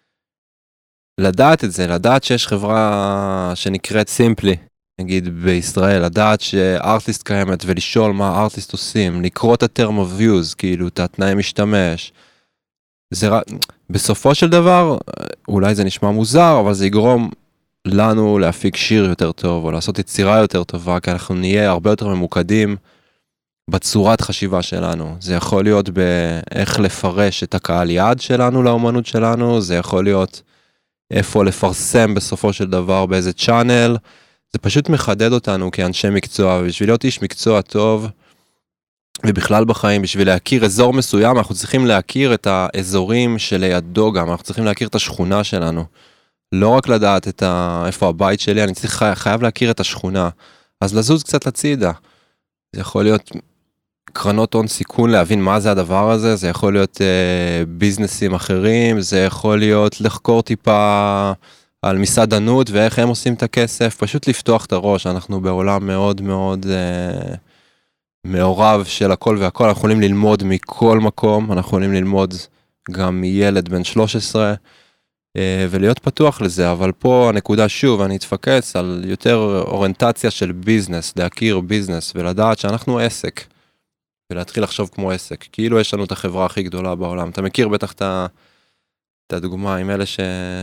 לדעת את זה, לדעת שיש חברה שנקראת סימפלי, נגיד בישראל, לדעת שארטיסט קיימת ולשאול מה ארטיסט עושים, לקרוא את ה-term of use, כאילו את התנאי משתמש. זה, בסופו של דבר, אולי זה נשמע מוזר, אבל זה יגרום לנו להפיק שיר יותר טוב, או לעשות יצירה יותר טובה, כי אנחנו נהיה הרבה יותר ממוקדים בצורת חשיבה שלנו. זה יכול להיות באיך לפרש את הקהל יעד שלנו לאומנות שלנו, זה יכול להיות איפה לפרסם בסופו של דבר באיזה צ'אנל, זה פשוט מחדד אותנו כאנשי מקצוע, ובשביל להיות איש מקצוע טוב, ובכלל בחיים, בשביל להכיר אזור מסוים, אנחנו צריכים להכיר את האזורים שלידו גם, אנחנו צריכים להכיר את השכונה שלנו. לא רק לדעת את ה... איפה הבית שלי, אני צריך, חייב להכיר את השכונה. אז לזוז קצת לצידה. זה יכול להיות קרנות הון סיכון, להבין מה זה הדבר הזה, זה יכול להיות אה, ביזנסים אחרים, זה יכול להיות לחקור טיפה על מסעדנות ואיך הם עושים את הכסף, פשוט לפתוח את הראש. אנחנו בעולם מאוד מאוד אה, מעורב של הכל והכל, אנחנו יכולים ללמוד מכל מקום, אנחנו יכולים ללמוד גם מילד בן שלוש עשרה, ולהיות פתוח לזה, אבל פה הנקודה שוב, אני אתפקס על יותר אוריינטציה של ביזנס, להכיר ביזנס, ולדעת שאנחנו עסק, ולהתחיל לחשוב כמו עסק, כאילו יש לנו את החברה הכי גדולה בעולם. אתה מכיר בטח את הדוגמה עם אלה ש...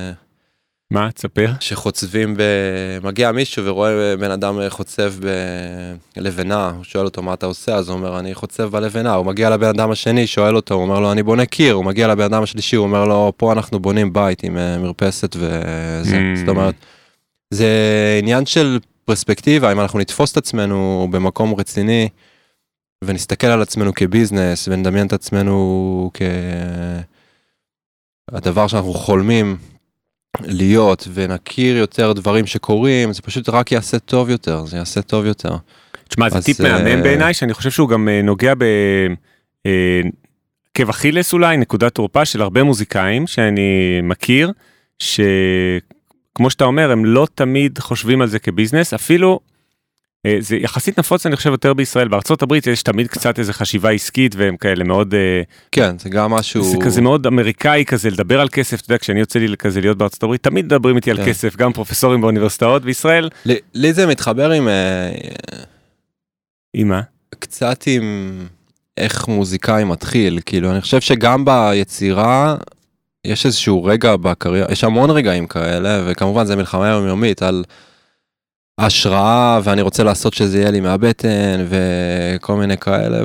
מה? תספר. שחוצבים ב... מגיע מישהו ורואה בן אדם חוצב בלבנה, הוא שואל אותו מה אתה עושה, אז הוא אומר אני חוצב בלבנה, הוא מגיע לבן אדם השני, שואל אותו, הוא אומר לו אני בונה קיר, הוא מגיע לבן אדם השלישי, הוא אומר לו פה אנחנו בונים בית עם מרפסת וזה, mm. זאת אומרת, זה עניין של פרספקטיבה, אם אנחנו נתפוס את עצמנו במקום רציני, ונסתכל על עצמנו כביזנס, ונדמיין את עצמנו כהדבר שאנחנו חולמים, להיות ונכיר יותר דברים שקורים, זה פשוט רק יעשה טוב יותר, זה יעשה טוב יותר. תשמע, זה טיפ מהמם בעיניי, שאני חושב שהוא גם נוגע בקו אכילס אולי, נקודת תורפה של הרבה מוזיקאים שאני מכיר, שכמו שאתה אומר, הם לא תמיד חושבים על זה כביזנס, אפילו זה יחסית נפוץ, אני חושב, יותר בישראל. בארצות הברית יש תמיד קצת איזו חשיבה עסקית, והם כאלה מאוד... כן, זה גם משהו... זה כזה מאוד אמריקאי כזה, לדבר על כסף. אתה יודע, כשאני יוצא לי כזה להיות בארצות הברית, תמיד מדברים איתי על כסף, גם פרופסורים באוניברסיטאות בישראל. לי זה מתחבר עם... עם מה? קצת עם איך מוזיקאי מתחיל. כאילו, אני חושב שגם ביצירה, יש איזשהו רגע בקריירה, יש המון רגעים כאלה, וכמובן זה מלחמה יומיומית על... השראה, ואני רוצה לעשות שזה יהיה לי מהבטן, וכל מיני כאלה,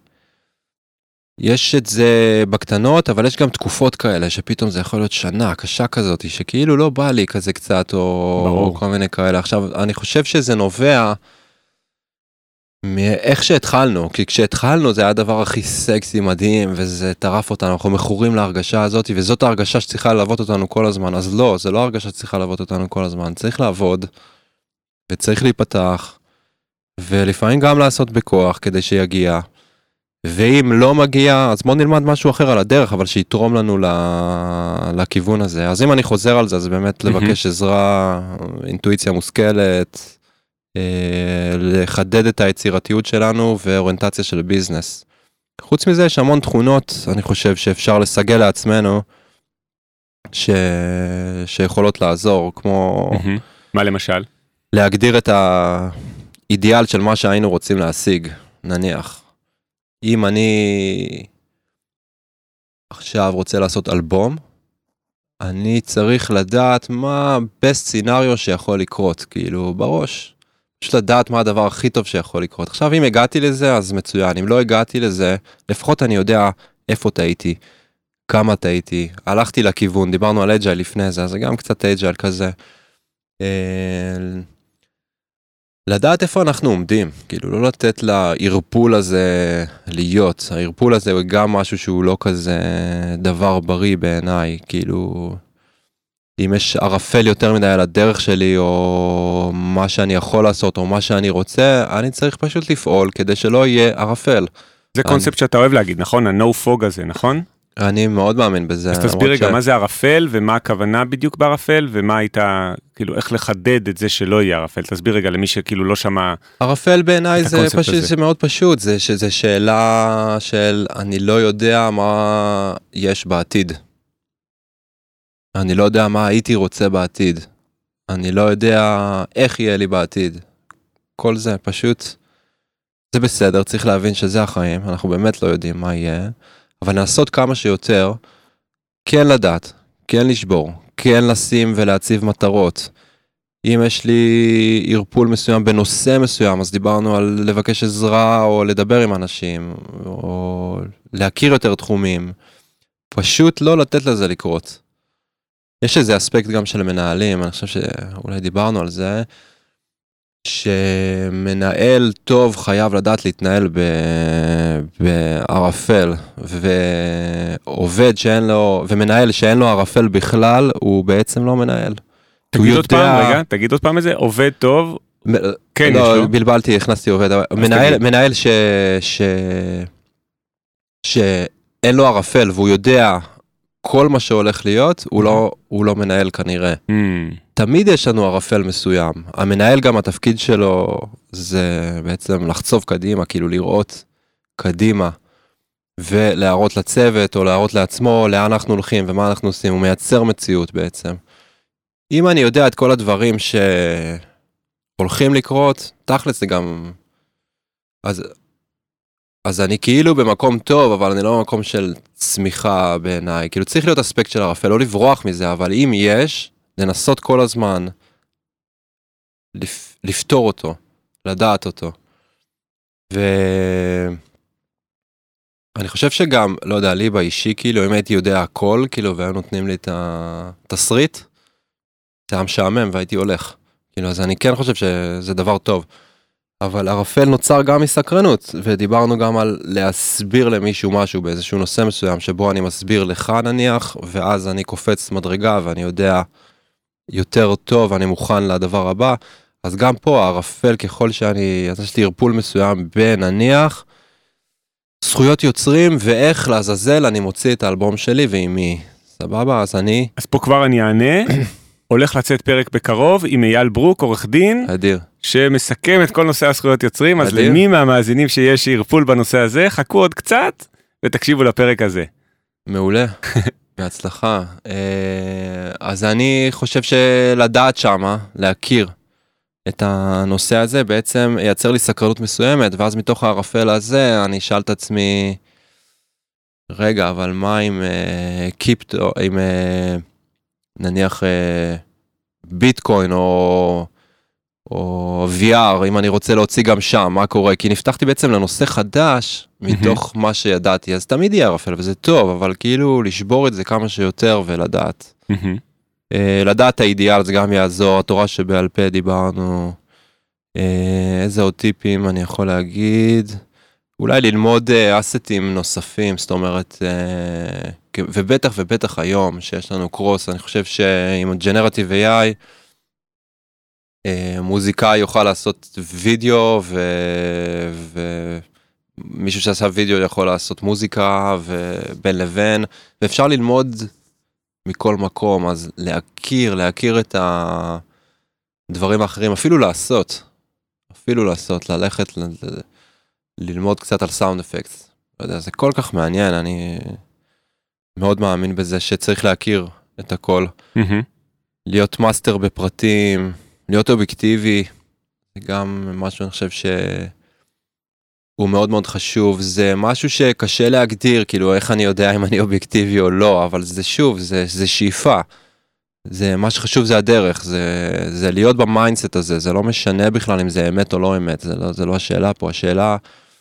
ויש את זה בקטנות, אבל יש גם תקופות כאלה, שפתאום זה יכול להיות שנה, קשה כזאת, שכאילו לא בא לי כזה קצת, או, או כל מיני כאלה. עכשיו, אני חושב שזה נובע מאיך שהתחלנו, כי כשהתחלנו זה היה הדבר הכי סקסי, מדהים, וזה טרף אותנו, אנחנו מכורים להרגשה הזאת, וזאת ההרגשה שצריכה ללוות אותנו כל הזמן. אז לא, זה לא הרגשה שצריכה ללוות אותנו כל הזמן, צריך לעבוד, וצריך להיפתח, ולפעמים גם לעשות בכוח כדי שיגיע, ואם לא מגיע, אז בוא נלמד משהו אחר על הדרך, אבל שיתרום לנו לכיוון הזה. אז אם אני חוזר על זה, אז באמת לבקש עזרה, אינטואיציה מושכלת, לחדד את היצירתיות שלנו, ואוריינטציה של ביזנס. חוץ מזה יש המון תכונות, אני חושב שאפשר לסגל לעצמנו, ש... שיכולות לעזור, כמו... Mm-hmm. מה למשל? להגדיר את האידיאל של מה שהיינו רוצים להשיג, נניח. אם אני עכשיו רוצה לעשות אלבום, אני צריך לדעת מה בסט סינריו שיכול לקרות, כאילו בראש. פשוט לדעת מה הדבר הכי טוב שיכול לקרות. עכשיו אם הגעתי לזה, אז מצוין. אם לא הגעתי לזה, לפחות אני יודע איפה טעיתי, כמה טעיתי. הלכתי לכיוון, דיברנו על אג'ייל לפני זה, אז זה גם קצת אג'ייל כזה. לדעת איפה אנחנו עומדים, כאילו לא לתת לערפול הזה להיות. הערפול הזה הוא גם משהו שהוא לא כזה דבר בריא בעיניי, כאילו אם יש ערפל יותר מדי על הדרך שלי, או מה שאני יכול לעשות, או מה שאני רוצה, אני צריך פשוט לפעול כדי שלא יהיה ערפל. זה קונספט שאתה אוהב להגיד, נכון? ה-no fog הזה, נכון? אני מאוד מאמין בזה. אז תסביר רגע, מה זה ערפל, ומה הכוונה בדיוק בערפל, ומה הייתה, כאילו, איך לחדד את זה שלא יהיה ערפל? תסביר רגע למי שכאילו לא שמע... ערפל בעיניי זה פשוט, זה מאוד פשוט, זה שזה שאלה של אני לא יודע מה יש בעתיד. אני לא יודע מה הייתי רוצה בעתיד. אני לא יודע איך יהיה לי בעתיד. כל זה פשוט, זה בסדר, צריך להבין שזה החיים, אנחנו באמת לא יודעים מה יהיה. אבל נעשות כמה שיותר, כן לדעת, כן לשבור, כן לשים ולהציב מטרות. אם יש לי ערפול מסוים בנושא מסוים, אז דיברנו על לבקש עזרה או לדבר עם אנשים, או להכיר יותר תחומים. פשוט לא לתת לזה לקרות. יש איזה אספקט גם של מנהלים, אני חושב שאולי דיברנו על זה, שמנהל טוב חייב לדעת להתנהל בערפל, ועובד שאין לו, ומנהל שאין לו ערפל בכלל, הוא בעצם לא מנהל. תגיד עוד פעם, רגע, תגיד עוד פעם איזה, עובד טוב, כן יש לא, לו. בלבלתי, הכנסתי עובד, מנהל שאין לו ערפל, והוא יודע כל מה שהולך להיות, הוא לא מנהל כנראה. תמיד יש לנו ערפל מסוים. המנהל גם התפקיד שלו זה בעצם לחצוב קדימה, כאילו לראות קדימה, ולהראות לצוות או להראות לעצמו לאן אנחנו הולכים ומה אנחנו עושים. הוא מייצר מציאות בעצם. אם אני יודע את כל הדברים שהולכים לקרות, תכלס זה גם... אז, אז אני כאילו במקום טוב, אבל אני לא במקום של צמיחה בעיניי. כאילו צריך להיות אספקט של ערפל, לא לברוח מזה, אבל אם יש... לנסות כל הזמן לפ... לפתור אותו, לדעת אותו. ואני חושב שגם, לא יודע, לי באישי, כאילו, אם הייתי יודע הכל, כאילו, והיו נותנים לי את התסריט, זה היה משעמם והייתי הולך. כאילו, אז אני כן חושב שזה דבר טוב. אבל ערפל נוצר גם מסקרנות, ודיברנו גם על להסביר למישהו משהו באיזשהו נושא מסוים, שבו אני מסביר לך נניח, ואז אני קופץ מדרגה ואני יודע... יותר טוב, אני מוכן לדבר הבא, אז גם פה הערפל ככל שאני, אז יש לי ערפול מסוים בנניח, זכויות יוצרים ואיך לעזאזל אני מוציא את האלבום שלי ועם מי, סבבה, אז אני... אז פה כבר אני אענה, הולך לצאת פרק בקרוב עם אייל ברוק, עורך דין, אדיר. שמסכם את כל נושא הזכויות יוצרים, אז אדיר. למי מהמאזינים שיש ערפול בנושא הזה, חכו עוד קצת ותקשיבו לפרק הזה. מעולה. בהצלחה. אז אני חושב שלדעת שמה, להכיר את הנושא הזה, בעצם ייצר לי סקרנות מסוימת, ואז מתוך הערפל הזה אני אשאל את עצמי, רגע, אבל מה עם קיפטו, עם נניח ביטקוין או, או וי אר, אם אני רוצה להוציא גם שם, מה קורה? כי נפתחתי בעצם לנושא חדש, מתוך מה שידעתי, אז תמיד יהיה ערפל, וזה טוב, אבל כאילו לשבור את זה כמה שיותר ולדעת. לדעת האידיאל, זה גם יעזור, התורה שבעל פה דיברנו, איזה עוד טיפים אני יכול להגיד, אולי ללמוד אסטים נוספים, זאת אומרת, ובטח ובטח היום, שיש לנו קרוס, אני חושב שעם ג'נרטיב איי איי, מוזיקאי יוכל לעשות וידאו, ומישהו שעשה וידאו יכול לעשות מוזיקה, ובין לבין, ואפשר ללמוד מכל מקום, אז להכיר, להכיר את הדברים האחרים, אפילו לעשות, אפילו לעשות, ללכת, ללמוד קצת על סאונד אפקטס, לא יודע, זה כל כך מעניין, אני מאוד מאמין בזה שצריך להכיר את הכל. להיות מאסטר בפרטים, להיות אובייקטיבי, זה גם משהו אני חושב שהוא מאוד מאוד חשוב, זה משהו שקשה להגדיר, כאילו איך אני יודע אם אני אובייקטיבי או לא, אבל זה שוב, זה, זה שאיפה. זה, מה שחשוב זה הדרך, זה, זה להיות במיינדסט הזה, זה לא משנה בכלל אם זה אמת או לא אמת, זה לא, זה לא השאלה פה, השאלה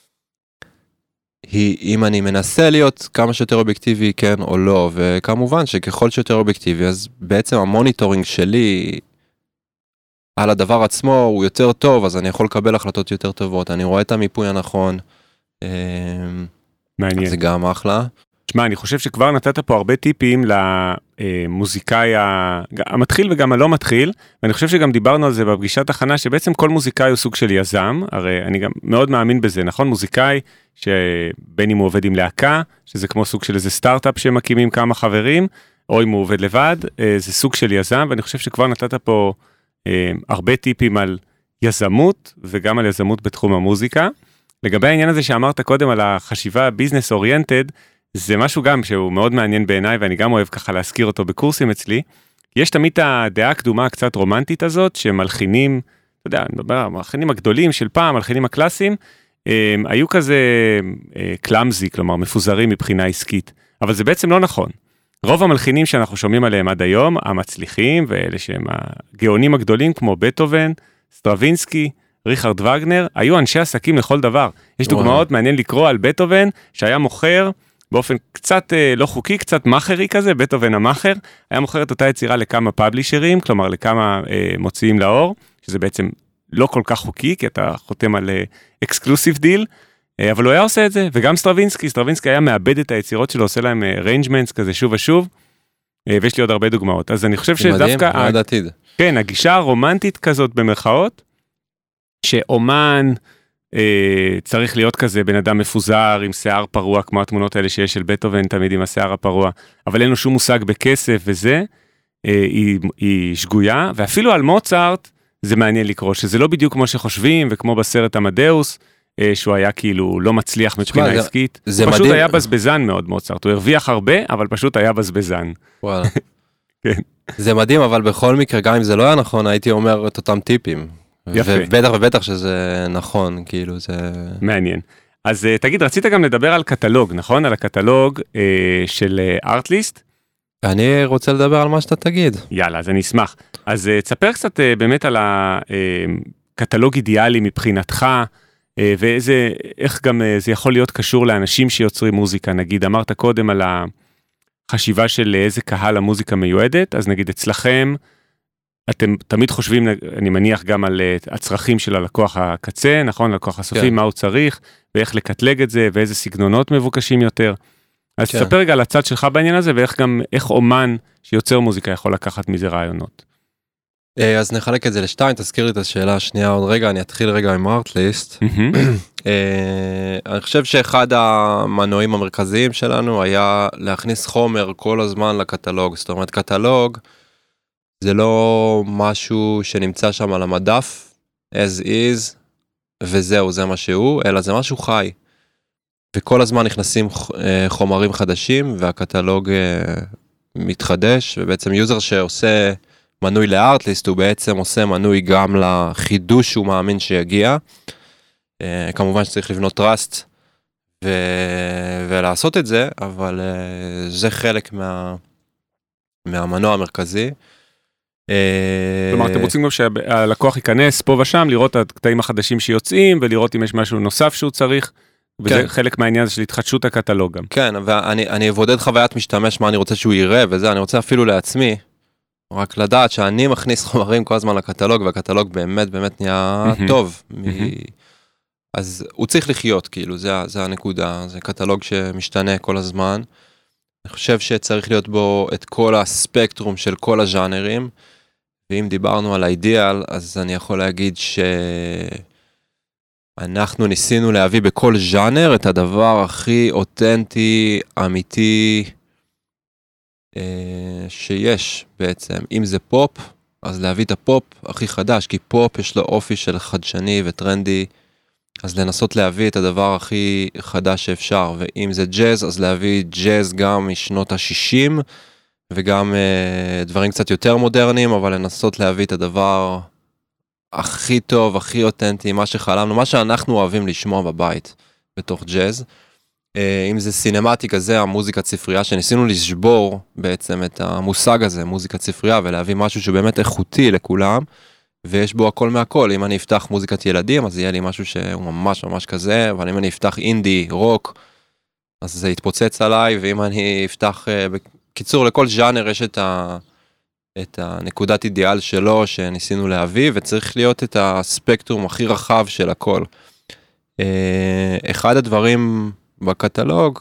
היא אם אני מנסה להיות כמה שיותר אובייקטיבי, כן או לא, וכמובן שככל שיותר אובייקטיבי, אז בעצם המוניטורינג שלי על הדבר עצמו הוא יותר טוב, אז אני יכול לקבל החלטות יותר טובות, אני רואה את המיפוי הנכון, מעניין. זה גם אחלה. תשמע, אני חושב שכבר נתת פה הרבה טיפים למוזיקאי המתחיל וגם הלא מתחיל, ואני חושב שגם דיברנו על זה בפגישת הכנה, שבעצם כל מוזיקאי הוא סוג של יזם, הרי אני גם מאוד מאמין בזה, נכון? מוזיקאי, שבין אם הוא עובד עם להקה, שזה כמו סוג של איזה סטארט-אפ שמקימים כמה חברים, או אם הוא עובד לבד, זה סוג של יזם, ואני חושב שכבר נתת פה הרבה טיפים על יזמות, וגם על יזמות בתחום המוזיקה. לגבי העניין הזה שאמרת קודם על החשיבה ביזנס אוריינטד, זה משהו גם שהוא מאוד מעניין בעיניי, ואני גם אוהב ככה להזכיר אותו בקורסים אצלי. יש תמיד הדעה הקדומה הקצת רומנטית הזאת, שמלחינים, אתה יודע, המלחינים הגדולים של פעם, המלחינים הקלאסיים, הם, היו כזה קלאמזי, כלומר מפוזרים מבחינה עסקית, אבל זה בעצם לא נכון. רוב המלחינים שאנחנו שומעים עליהם עד היום, המצליחים, ואלה שהם הגאונים הגדולים, כמו בטהובן, סטרווינסקי, ריכרד וגנר, היו אנשי עסקים לכל דבר. יש דוגמאות, מעניין לקרוא על בטהובן, שהיה מוכר באופן קצת לא חוקי, קצת מאחרי כזה, בטהובן המאחר, היה מוכר את אותה יצירה לכמה פאבלישרים, כלומר לכמה אה, מוציאים לאור, שזה בעצם לא כל כך חוקי, כי אתה חותם על אקסקלוסיב דיל, אה, אבל הוא היה עושה את זה, וגם סטרווינסקי, סטרווינסקי היה מאבד את היצירות שלו, עושה להם ריינג'מנטס כזה שוב ושוב, אה, ויש לי עוד הרבה דוגמאות. אז אני חושב שדווקא, מדהים, לא ידעתי. כן, הגישה הרומנטית כזאת במרכאות, שאומן אה, צריך להיות כזה בן אדם מפוזר עם שיער פרוע, כמו התמונות האלה שיש של בטהובן, תמיד עם השיער הפרוע, אבל אין לו שום מושג בכסף וזה, אה, היא, היא שגויה, ואפילו על מוצרט זה מעניין לקרוא, שזה לא בדיוק כמו שחושבים, וכמו בסרט המדאוס, אה, שהוא היה כאילו לא מצליח מבחינה זה, עסקית, זה הוא פשוט מדהים. היה בזבזן מאוד מוצרט, הוא הרוויח הרבה, אבל פשוט היה בזבזן. וואלה. כן. זה מדהים, אבל בכל מקרה, גם אם זה לא היה נכון, הייתי אומר את אותם טיפים. יפה. ובטח ובטח שזה נכון, כאילו זה... מעניין. אז תגיד, רצית גם לדבר על קטלוג, נכון? על הקטלוג אה, של ארטליסט? אני רוצה לדבר על מה שאתה תגיד. יאללה, אז אני אשמח. אז אה, תספר קצת אה, באמת על הקטלוג אידיאלי מבחינתך, אה, ואיזה, איך גם אה, זה יכול להיות קשור לאנשים שיוצרים מוזיקה. נגיד, אמרת קודם על החשיבה של איזה קהל המוזיקה מיועדת, אז נגיד אצלכם, אתם תמיד חושבים, אני מניח גם על הצרכים של הלקוח הקצה, נכון? לקוח הסופי, כן. מה הוא צריך, ואיך לקטלג את זה, ואיזה סגנונות מבוקשים יותר. אז כן. תספר רגע על הצד שלך בעניין הזה, ואיך גם, איך אומן שיוצר מוזיקה יכול לקחת מזה רעיונות. אז נחלק את זה לשתיים, תזכיר לי את השאלה השנייה עוד רגע, אני אתחיל רגע עם ארטליסט. אני חושב שאחד המנועים המרכזיים שלנו היה להכניס חומר כל הזמן לקטלוג, זאת אומרת קטלוג, זה לא משהו שנמצא שם על המדף, as is, וזהו, זה מה שהוא, אלא זה משהו חי. וכל הזמן נכנסים חומרים חדשים, והקטלוג מתחדש, ובעצם יוזר שעושה מנוי לארטליסט, הוא בעצם עושה מנוי גם לחידוש שהוא מאמין שיגיע. כמובן שצריך לבנות טראסט, ו... ולעשות את זה, אבל זה חלק מה... מהמנוע המרכזי. כלומר, אתם רוצים גם שהלקוח ייכנס פה ושם, לראות את הקטעים החדשים שיוצאים, ולראות אם יש משהו נוסף שהוא צריך, וזה חלק מהעניין הזה של התחדשות הקטלוג גם. כן, ואני אבודד חוויית משתמש, מה אני רוצה שהוא יראה, וזה, אני רוצה אפילו לעצמי, רק לדעת שאני מכניס חומרים כל הזמן לקטלוג, והקטלוג באמת באמת נהיה טוב. אז הוא צריך לחיות, כאילו, זה הנקודה, זה קטלוג שמשתנה כל הזמן. אני חושב שצריך להיות בו את כל הספקטרום של כל הז'אנרים, ואם דיברנו על האידיאל, אז אני יכול להגיד שאנחנו ניסינו להביא בכל ז'אנר את הדבר הכי אותנטי, אמיתי, שיש בעצם. אם זה פופ, אז להביא את הפופ הכי חדש, כי פופ יש לו אופי של חדשני וטרנדי, אז לנסות להביא את הדבר הכי חדש שאפשר, ואם זה ג'אז, אז להביא ג'אז גם משנות ה-שישים, וגם uh, דברים קצת יותר מודרניים, אבל לנסות להביא את הדבר הכי טוב, הכי אותנטי, מה שחלמנו, מה שאנחנו אוהבים לשמוע בבית, בתוך ג'אז. Uh, אם זה סינמטיקה, זה המוזיקת ספרייה, שניסינו לשבור בעצם את המושג הזה, מוזיקת ספרייה, ולהביא משהו שבאמת איכותי לכולם, ויש בו הכל מהכל. אם אני אפתח מוזיקת ילדים, אז יהיה לי משהו שהוא ממש ממש כזה, אבל אם אני אפתח אינדי, רוק, אז זה יתפוצץ עליי, ואם אני אפתח, בקיצור, לכל ז'אנר יש את, ה, את הנקודת אידיאל שלו, שניסינו להביא, וצריך להיות את הספקטרום הכי רחב של הכל. אחד הדברים בקטלוג,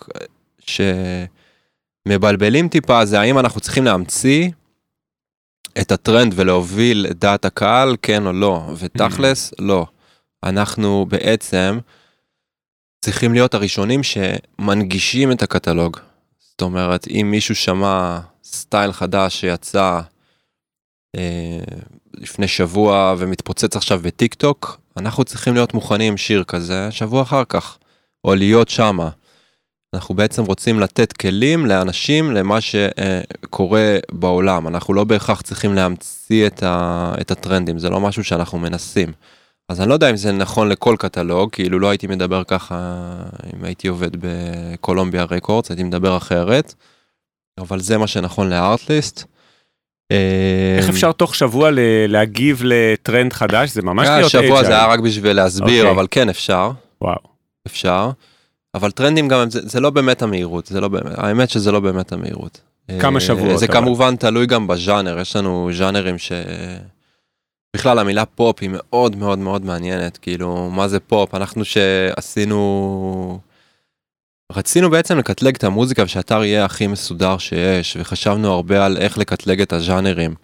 שמבלבלים טיפה, זה האם אנחנו צריכים להמציא, את הטרנד ולהוביל את דעת הקהל, כן או לא, ותכלס, לא. אנחנו בעצם צריכים להיות הראשונים שמנגישים את הקטלוג. זאת אומרת, אם מישהו שמע סטייל חדש שיצא אה, לפני שבוע ומתפוצץ עכשיו בטיק טוק, אנחנו צריכים להיות מוכנים עם שיר כזה שבוע אחר כך, או להיות שמה. אנחנו בעצם רוצים לתת כלים לאנשים למה שקורה בעולם. אנחנו לא בהכרח צריכים להמציא את, ה, את הטרנדים, זה לא משהו שאנחנו מנסים. אז אני לא יודע אם זה נכון לכל קטלוג, כאילו לא הייתי מדבר ככה, אם הייתי עובד בקולומביה רקורדס, הייתי מדבר אחרת, אבל זה מה שנכון לארטליסט. איך אפשר תוך שבוע להגיב לטרנד חדש? זה ממש להיות שבוע זה היה רק בשביל להסביר, אבל כן אפשר. וואו. אפשר. אבל טרנדים גם, זה, זה לא באמת המהירות, זה לא באמת, האמת שזה לא באמת המהירות. כמה שבועות. זה כמובן תלוי גם בז'אנר, יש לנו ז'אנרים ש... בכלל המילה פופ היא מאוד מאוד מאוד מעניינת, כאילו, מה זה פופ? אנחנו שעשינו... רצינו בעצם לקטלג את המוזיקה, ושהאתר יהיה הכי מסודר שיש, וחשבנו הרבה על איך לקטלג את הז'אנרים.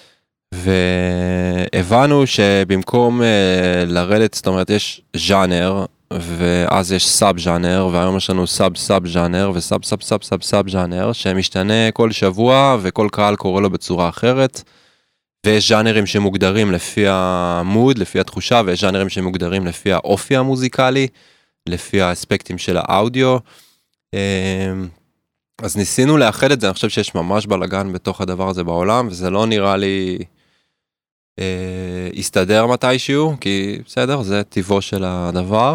והבנו שבמקום לרדת, זאת אומרת, יש ז'אנר, ואז יש סאב ז'אנר, והיום יש לנו סאב סאב ז'אנר, וסאב סאב סאב סאב סאב ז'אנר, שמשתנה כל שבוע, וכל קהל קורא לו בצורה אחרת, ויש ז'אנרים שמוגדרים לפי המוד, לפי התחושה, ויש ז'אנרים שמוגדרים לפי האופי המוזיקלי, לפי האספקטים של האודיו. אז ניסינו לאחד את זה, אני חושב שיש ממש בלגן בתוך הדבר הזה בעולם, וזה לא נראה לי יסתדר מתישהו, כי בסדר, זה טבעו של הדבר.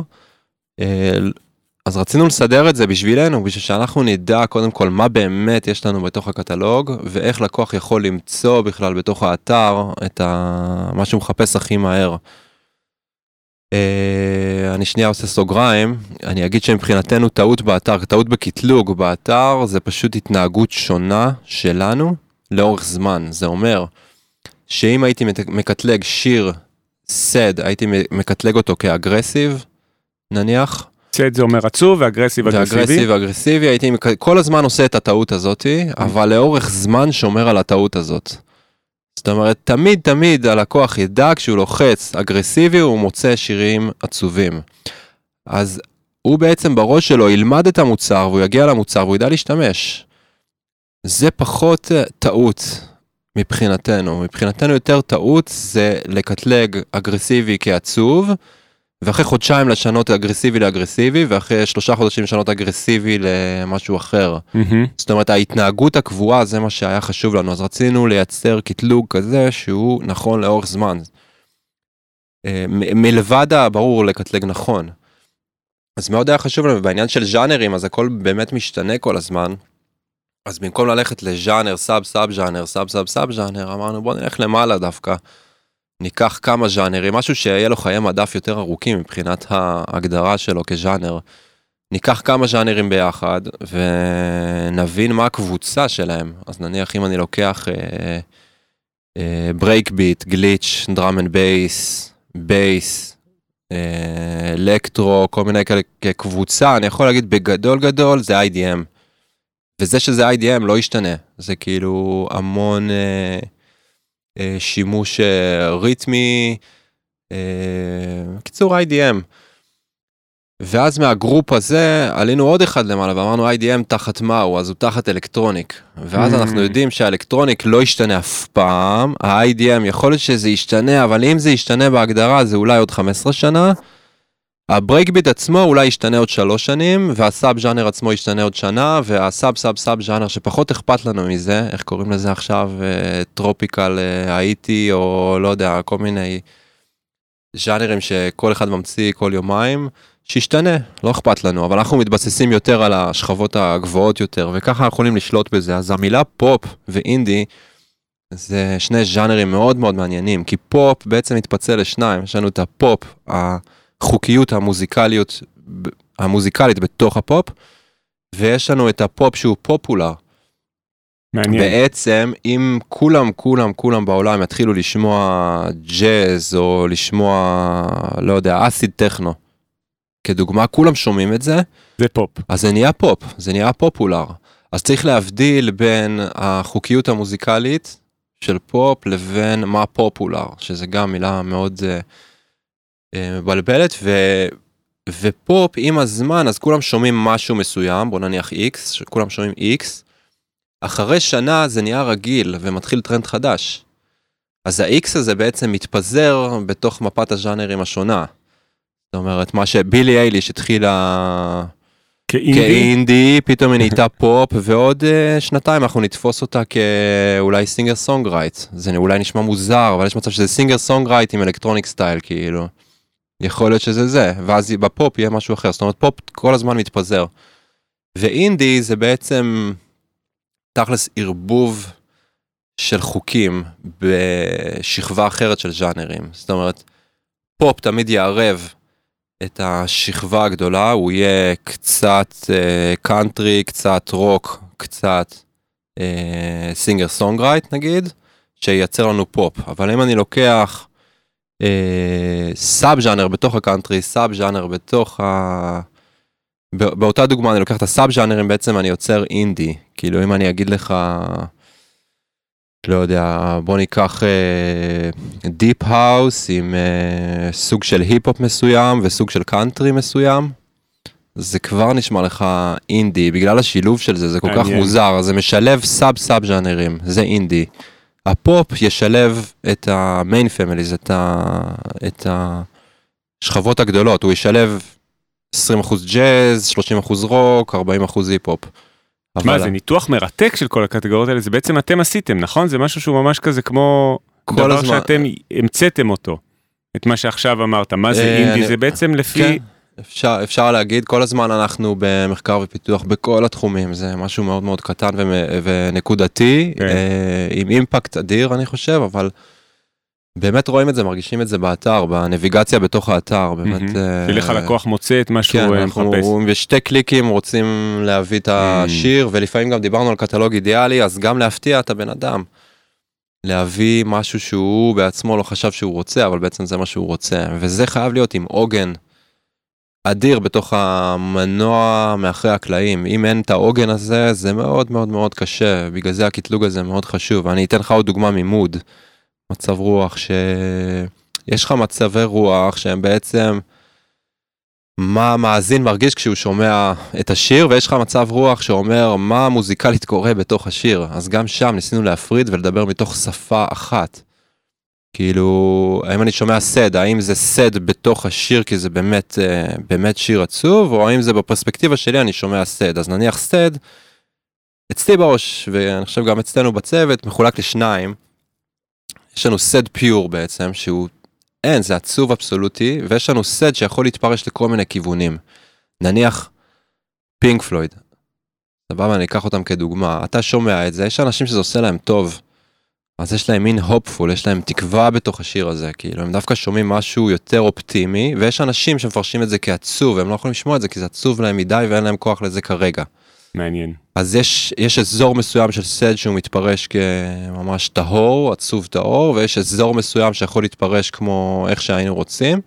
אז רצינו לסדר את זה בשבילנו, בשביל שאנחנו נדע קודם כל מה באמת יש לנו בתוך הקטלוג, ואיך לקוח יכול למצוא בכלל בתוך האתר את ה... מה שהוא מחפש הכי מהר. אני שנייה עושה סוגריים, אני אגיד שמבחינתנו טעות באתר, טעות בקטלוג באתר, זה פשוט התנהגות שונה שלנו לאורך זמן. זה אומר שאם הייתי מקטלג שיר סד, הייתי מקטלג אותו כאגרסיב, נניח. סד זה אומר עצוב, ואגרסיב אגרסיבי. ואגרסיב אגרסיבי, הייתי כל הזמן עושה את הטעות הזאת, אבל לאורך זמן שומר על הטעות הזאת. זאת אומרת, תמיד תמיד הלקוח ידע כשהוא לוחץ אגרסיבי, הוא מוצא שירים עצובים. אז הוא בעצם בראש שלו ילמד את המוצר, והוא יגיע למוצר, והוא ידע להשתמש. זה פחות טעות מבחינתנו. מבחינתנו יותר טעות זה לקטלג אגרסיבי כעצוב, ואחרי חודשיים לשנות אגרסיבי לאגרסיבי, ואחרי שלושה חודשים לשנות אגרסיבי למשהו אחר. Mm-hmm. זאת אומרת, ההתנהגות הקבועה זה מה שהיה חשוב לנו, אז רצינו לייצר קטלוג כזה שהוא נכון לאורך זמן. מ- מלבד הברור לקטלג נכון. אז מאוד היה חשוב לנו, בעניין של ז'אנרים, אז הכל באמת משתנה כל הזמן, אז במקום ללכת לז'אנר, סאב סאב ז'אנר, סאב סאב סאב ז'אנר, אמרנו בוא נלך למעלה דווקא, ניקח כמה ז'אנרים, משהו שיהיה לו חיי מדף יותר ארוכים מבחינת ההגדרה שלו כז'אנר. ניקח כמה ז'אנרים ביחד ונבין מה הקבוצה שלהם. אז נניח אם אני לוקח ברייק ביט, גליץ', דראם אנד בייס, בייס, אלקטרו, כל מיני כאלה כקבוצה, אני יכול להגיד בגדול גדול זה איי די אם. וזה שזה איי די אם לא ישתנה. זה כאילו המון... שימוש ריתמי, קיצור איי די אם. ואז מהגרופ הזה עלינו עוד אחד למעלה ואמרנו איי די אם תחת מהו, אז הוא תחת אלקטרוניק. ואז mm. אנחנו יודעים שהאלקטרוניק לא ישתנה אף פעם, ה-איי די אם יכול להיות שזה ישתנה, אבל אם זה ישתנה בהגדרה זה אולי עוד חמש עשרה שנה, הברייק-ביט עצמו אולי ישתנה עוד שלוש שנים, והסאב ז'אנר עצמו ישתנה עוד שנה, והסאב סאב סאב ז'אנר שפחות אכפת לנו מזה, איך קוראים לזה עכשיו, טרופיקל האיטי, או לא יודע, כל מיני ז'אנרים שכל אחד ממציא כל יומיים, שישתנה, לא אכפת לנו, אבל אנחנו מתבססים יותר על השכבות הגבוהות יותר, וככה אנחנו יכולים לשלוט בזה. אז המילה פופ ואינדי, זה שני ז'אנרים מאוד מאוד מעניינים, כי פופ בעצם מתפצל לשניים, יש לנו את הפופ, החוקיות המוזיקליות, המוזיקלית בתוך הפופ, ויש לנו את הפופ שהוא פופולר. מעניין. בעצם, אם כולם, כולם, כולם בעולם יתחילו לשמוע ג'אז, או לשמוע, לא יודע, אסיד טכנו, כדוגמה, כולם שומעים את זה. זה פופ. אז זה נהיה פופ, זה נהיה פופולר. אז צריך להבדיל בין החוקיות המוזיקלית של פופ, לבין מה פופולר, שזה גם מילה מאוד uh, מבלבלת, ו, ופופ עם הזמן, אז כולם שומעים משהו מסוים, בוא נניח X, כולם שומעים X, אחרי שנה זה נהיה רגיל, ומתחיל טרנד חדש. אז ה-X הזה בעצם מתפזר בתוך מפת הז'אנרים השונה. זאת אומרת, מה שבילי אייליש התחילה כאינדי, כאינדי פתאום היא נהייתה פופ, ועוד uh, שנתיים אנחנו נתפוס אותה כאולי סינגר סונגרייט. זה אולי נשמע מוזר, אבל יש מצב שזה סינגר סונגרייט עם אלקטרוניק סטייל, כאילו. יכול להיות שזה זה, ואז בפופ יהיה משהו אחר. זאת אומרת, פופ כל הזמן מתפזר. ואינדי זה בעצם תכלס ערבוב של חוקים בשכבה אחרת של ז'אנרים. זאת אומרת, פופ תמיד יערב את השכבה הגדולה, הוא יהיה קצת קאנטרי, uh, קצת רוק, קצת סינגר סונגרייט נגיד, שייצר לנו פופ. אבל אם אני לוקח uh, סאב ז'אנר בתוך הקאנטרי, סאב ז'אנר בתוך ה... באותה דוגמה אני לוקח את הסאב ז'אנרים, בעצם אני יוצר אינדי. כאילו אם אני אגיד לך, לא יודע, בוא ניקח דיפ uh, האוס עם uh, סוג של היפ-הופ מסוים וסוג של קאנטרי מסוים, זה כבר נשמע לך אינדי, בגלל השילוב של זה, זה כל כך מוזר, אז זה משלב סאב סאב ז'אנרים, זה אינדי. הפופ ישלב את המיין פמיליז, את, ה, את השכבות הגדולות, הוא ישלב עשרים אחוז ג'אז, שלושים אחוז רוק, ארבעים אחוז היפ-הופ. מה, זה ניתוח מרתק של כל הקטגוריות האלה, זה בעצם אתם עשיתם, נכון? זה משהו שהוא ממש כזה כמו דבר שאתם המצאתם אותו, את מה שעכשיו אמרת, מה זה אינדי, זה בעצם לפי... אפשר, אפשר להגיד, כל הזמן אנחנו במחקר ופיתוח בכל התחומים, זה משהו מאוד מאוד קטן ונקודתי, עם אימפקט אדיר אני חושב, אבל באמת רואים את זה, מרגישים את זה באתר, בנביגציה בתוך האתר, באמת... שלך לקוח מוצא את מה שהוא מחפש. כן, אנחנו בשתי קליקים רוצים להביא את השיר, ולפעמים גם דיברנו על קטלוג אידיאלי, אז גם להפתיע את הבן אדם, להביא משהו שהוא בעצמו לא חשב שהוא רוצה, אבל בעצם זה מה שהוא רוצה, וזה חייב להיות עם עוגן אדיר בתוך המנוע מאחרי הקלעים. אם אין את העוגן הזה, זה מאוד מאוד מאוד קשה, בגלל זה הקטלוג הזה מאוד חשוב. אני אתן לך עוד דוגמה ממוד. מצב רוח, שיש לך מצבי רוח שהם בעצם מה המאזין מרגיש כשהוא שומע את השיר, ויש לך מצב רוח שאומר מה המוזיקלית קורה בתוך השיר. אז גם שם ניסינו להפריד ולדבר מתוך שפה אחת. כאילו, האם אני שומע סד, האם זה סד בתוך השיר כי זה באמת, באמת שיר עצוב, או האם זה בפרספקטיבה שלי אני שומע סד. אז נניח סד, אצלי בראש, ואני חושב גם אצלנו בצוות, מחולק לשניים, יש לנו סד פיור בעצם, שהוא, אין, זה עצוב אבסולוטי, ויש לנו סד שיכול להתפרש לכל מיני כיוונים. נניח, פינק פלויד. סבבה, אני אקח אותם כדוגמה. אתה שומע את זה, יש אנשים שזה עושה להם טוב. אז יש להם מין הופפול, יש להם תקווה בתוך השיר הזה, כאילו, הם דווקא שומעים משהו יותר אופטימי, ויש אנשים שמפרשים את זה כעצוב, והם לא יכולים לשמוע את זה, כי זה עצוב להם מדי, ואין להם כוח לזה כרגע. מעניין. אז יש, יש אזור מסוים של סד שהוא מתפרש כממש טהור, עצוב טהור, ויש אזור מסוים שיכול להתפרש כמו איך שהיינו רוצים,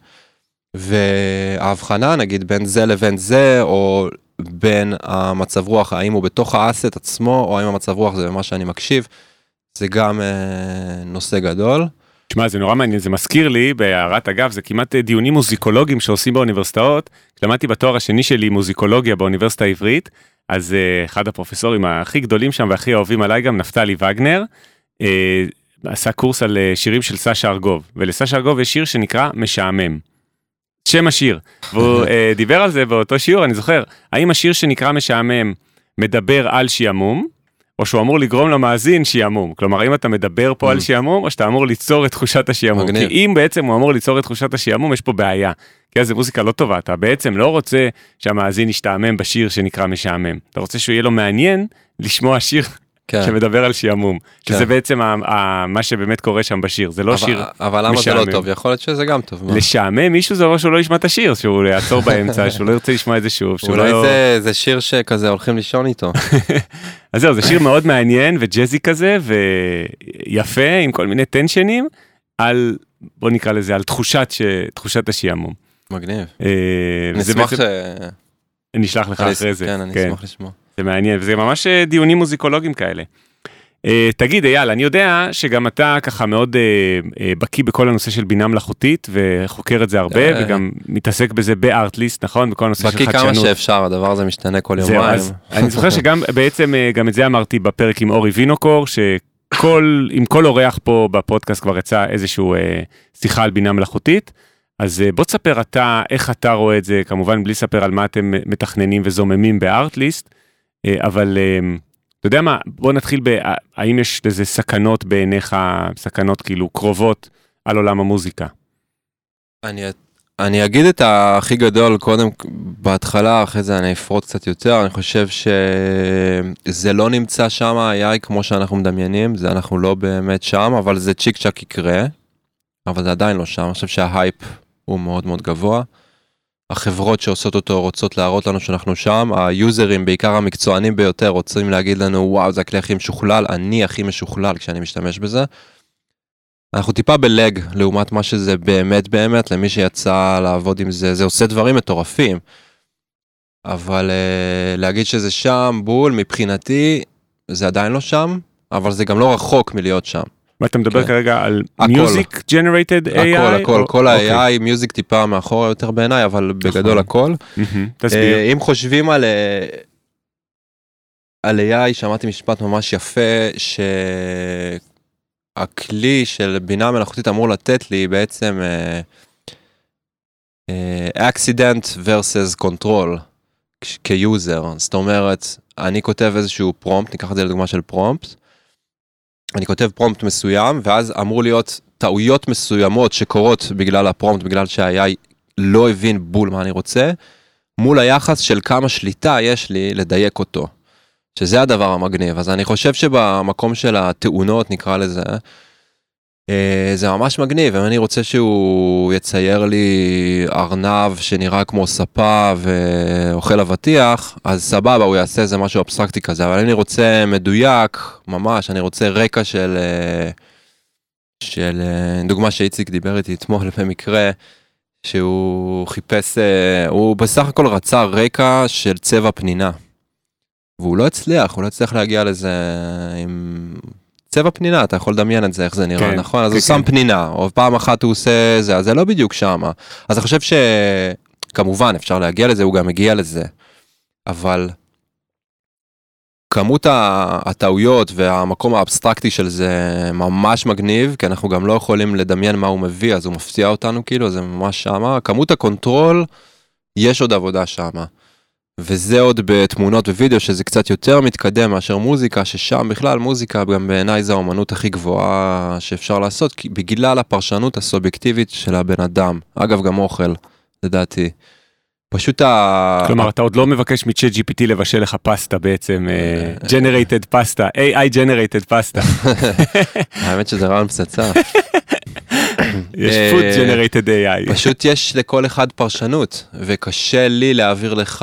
וההבחנה, נגיד, בין זה לבין זה, או בין המצב רוח, האם הוא בתוך האסט עצמו, או האם המצב רוח זה מה שאני מקשיב, זה גם אה, נושא גדול. תשמע, זה נורא מעניין, זה מזכיר לי, בהערת אגב, זה כמעט דיונים מוזיקולוגיים שעושים באוניברסיטאות, למדתי בתואר השני שלי מוזיקולוגיה באוניברסיטה העברית, אז אה, אחד הפרופסורים הכי גדולים שם והכי אוהבים עליי גם, נפתלי וגנר, אה, עשה קורס על שירים של סשה ארגוב, ולסשה ארגוב יש שיר שנקרא משעמם, שם השיר. והוא דיבר על זה באותו שיעור, אני זוכר, האם השיר שנקרא משעמם מדבר על שיעמום, או שהוא אמור לגרום למאזין שיעמום. כלומר, האם אתה מדבר פה על שיעמום, או שאתה אמור ליצור את תחושת השיעמום. כי אם בעצם הוא אמור ליצור את תחושת השיעמום, יש פה בעיה. כי אז זו מוזיקה לא טובה. אתה בעצם לא רוצה שהמאזין ישתעמם בשיר שנקרא משעמם. אתה רוצה שהוא יהיה לו מעניין לשמוע שיר שמדבר על שיעמום. שזה בעצם מה שבאמת קורה שם בשיר. זה לא שיר משעמם. אבל למה זה לא טוב? יכול להיות שזה גם טוב. לשעמם מישהו זה אומר שהוא לא ישמע את השיר, שהוא יעצור באמצע, שהוא לא ירצה לשמוע את זה שוב. אולי זה שיר שכזה הולכים לישון איתו. אז זהו, זה שיר מאוד מעניין וג'זי כזה, ויפה, עם כל מיני טנשנים, על, בוא נקרא לזה, על תחושת, תחושת השיעמום. מגניב. אני אשמח ש... אני אשלח לך אחרי זה. כן, אני אשמח לשמוע. זה מעניין, וזה ממש דיונים מוזיקולוגיים כאלה. תגיד, אייל, אני יודע שגם אתה ככה מאוד בקיא בכל הנושא של בינה מלאכותית, וחוקר את זה הרבה, וגם מתעסק בזה בארטליסט, נכון? בכל הנושא של חדשנות. בקיא כמה שאפשר, הדבר הזה משתנה כל יומיים. אני זוכר שגם בעצם, גם את זה אמרתי בפרק עם אורי וינוקור, שכל, עם כל אורח פה בפודקאסט כבר יצא איזשהו שיחה על בינה מלאכותית, אז בוא תספר אתה, איך אתה רואה את זה, כמובן בלי לספר על מה אתם מתכננים וזוממים בארטליסט, אבל... אתה יודע מה, בוא נתחיל ב... האם יש איזה סכנות בעיניך, סכנות כאילו קרובות על עולם המוזיקה? אני, אני אגיד את הכי גדול קודם, בהתחלה, אחרי זה אני אפרוט קצת יותר, אני חושב שזה לא נמצא שם, ה-איי איי כמו שאנחנו מדמיינים, זה אנחנו לא באמת שם, אבל זה צ'יק צ'ק יקרה, אבל זה עדיין לא שם, אני חושב שההייפ הוא מאוד מאוד גבוה, החברות שעושות אותו רוצות להראות לנו שאנחנו שם, היוזרים, בעיקר המקצוענים ביותר, רוצים להגיד לנו, וואו, זה הכלי הכי משוכלל, אני הכי משוכלל כשאני משתמש בזה. אנחנו טיפה בלג, לעומת מה שזה באמת באמת, למי שיצא לעבוד עם זה, זה עושה דברים מטורפים. אבל uh, להגיד שזה שם, בול, מבחינתי, זה עדיין לא שם, אבל זה גם לא רחוק מלהיות שם. ואתה מדבר כרגע על Music Generated איי איי? הכל, הכל, כל ה-איי איי, מיוזיק טיפה מאחורה יותר בעיניי, אבל בגדול הכל. תסביר. אם חושבים על על איי איי, שמעתי משפט ממש יפה, שהכלי של בינה מלאכותית אמור לתת לי בעצם accident versus control כיוזר. זאת אומרת, אני כותב איזשהו פרומפט, ניקח את זה לדוגמה של פרומפט, אני כותב פרומפט מסוים, ואז אמור להיות טעויות מסוימות שקורות בגלל הפרומפט, בגלל שה-איי איי לא הבין בול מה אני רוצה, מול היחס של כמה שליטה יש לי לדייק אותו, שזה הדבר המגניב. אז אני חושב שבמקום של התאונות, נקרא לזה, זה ממש מגניב, אם אני רוצה שהוא יצייר לי ארנב שנראה כמו ספה ואוכל אבטיח, אז סבבה, הוא יעשה איזה משהו אבסטרקטי כזה, אבל אם אני רוצה מדויק, ממש, אני רוצה רקע של, של דוגמה שאיציק דיבר איתי אתמול במקרה, שהוא חיפש, הוא בסך הכל רצה רקע של צבע פנינה, והוא לא הצליח, הוא לא הצליח להגיע לזה עם... צבע פנינה, אתה יכול לדמיין את זה, איך זה נראה, כן, נכון? אז כן, הוא שם כן. פנינה, או פעם אחת הוא עושה זה, אז זה לא בדיוק שם. אז אני חושב שכמובן אפשר להגיע לזה, הוא גם הגיע לזה, אבל כמות הטעויות והמקום האבסטרקטי של זה ממש מגניב, כי אנחנו גם לא יכולים לדמיין מה הוא מביא, אז הוא מפתיע אותנו כאילו, זה ממש שם. כמות הקונטרול, יש עוד עבודה שם. וזה עוד בתמונות ווידאו, שזה קצת יותר מתקדם מאשר מוזיקה, ששם בכלל מוזיקה גם בעיניי זו האמנות הכי גבוהה שאפשר לעשות, כי בגלל הפרשנות הסובייקטיבית של הבן אדם, אגב גם אוכל, לדעתי, פשוט ה... כלומר, אתה עוד לא מבקש מ-צ'אט ג'י פי טי לבשל לך פסטה בעצם, generated פסטה, איי איי generated פסטה. האמת שזה רעיון פצצה. יש food generated איי איי. פשוט יש לכל אחד פרשנות, וקשה לי להעביר לך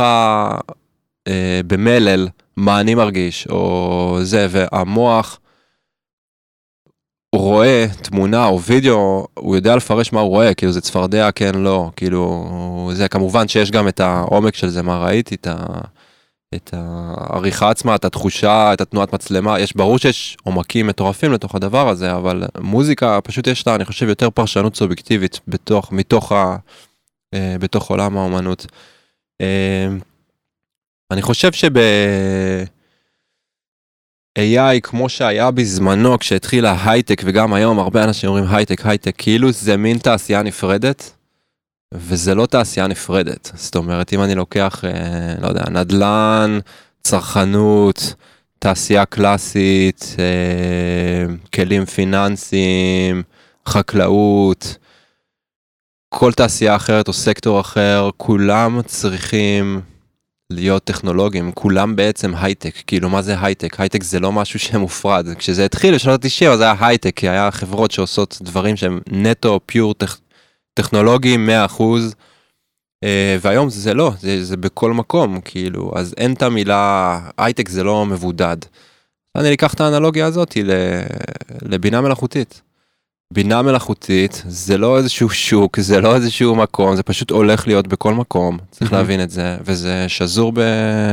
במלל מה אני מרגיש, או זה, והמוח הוא רואה תמונה או וידאו, הוא יודע לפרש מה הוא רואה, כאילו זה צפרדע, כן, לא, כאילו, זה כמובן שיש גם את העומק של זה, מה ראיתי, את ה... את העריכה עצמה, את התחושה, את התנועת מצלמה, יש ברור שיש עומקים מטורפים לתוך הדבר הזה, אבל מוזיקה פשוט יש לה, אני חושב, יותר פרשנות סובייקטיבית בתוך, מתוך ה... בתוך עולם האומנות. אני חושב שב... איי איי, כמו שהיה בזמנו, כשהתחיל ההייטק, וגם היום הרבה אנשים אומרים הייטק, הייטק, כאילו זה מין תעשייה נפרדת, וזה לא תעשייה נפרדת. זאת אומרת, אם אני לוקח, לא יודע, נדל"ן, צרכנות, תעשייה קלאסית, כלים פיננסיים, חקלאות, כל תעשייה אחרת או סקטור אחר, כולם צריכים להיות טכנולוגיים, כולם בעצם הייטק. כאילו, מה זה הייטק? הייטק זה לא משהו שמופרד. כשזה התחיל בשנות ה-תשעים, אז זה היה הייטק, כי היה חברות שעושות דברים שהם נטו, פיור, טכ... טכנולוגיים, מאה אחוז, והיום זה לא, זה, זה בכל מקום, כאילו, אז אין את המילה, הייטק זה לא מבודד. אני אקח את האנלוגיה הזאת לבינה מלאכותית. בינה מלאכותית זה לא איזשהו שוק, זה לא איזשהו מקום, זה פשוט הולך להיות בכל מקום, צריך להבין את זה, וזה שזור ב...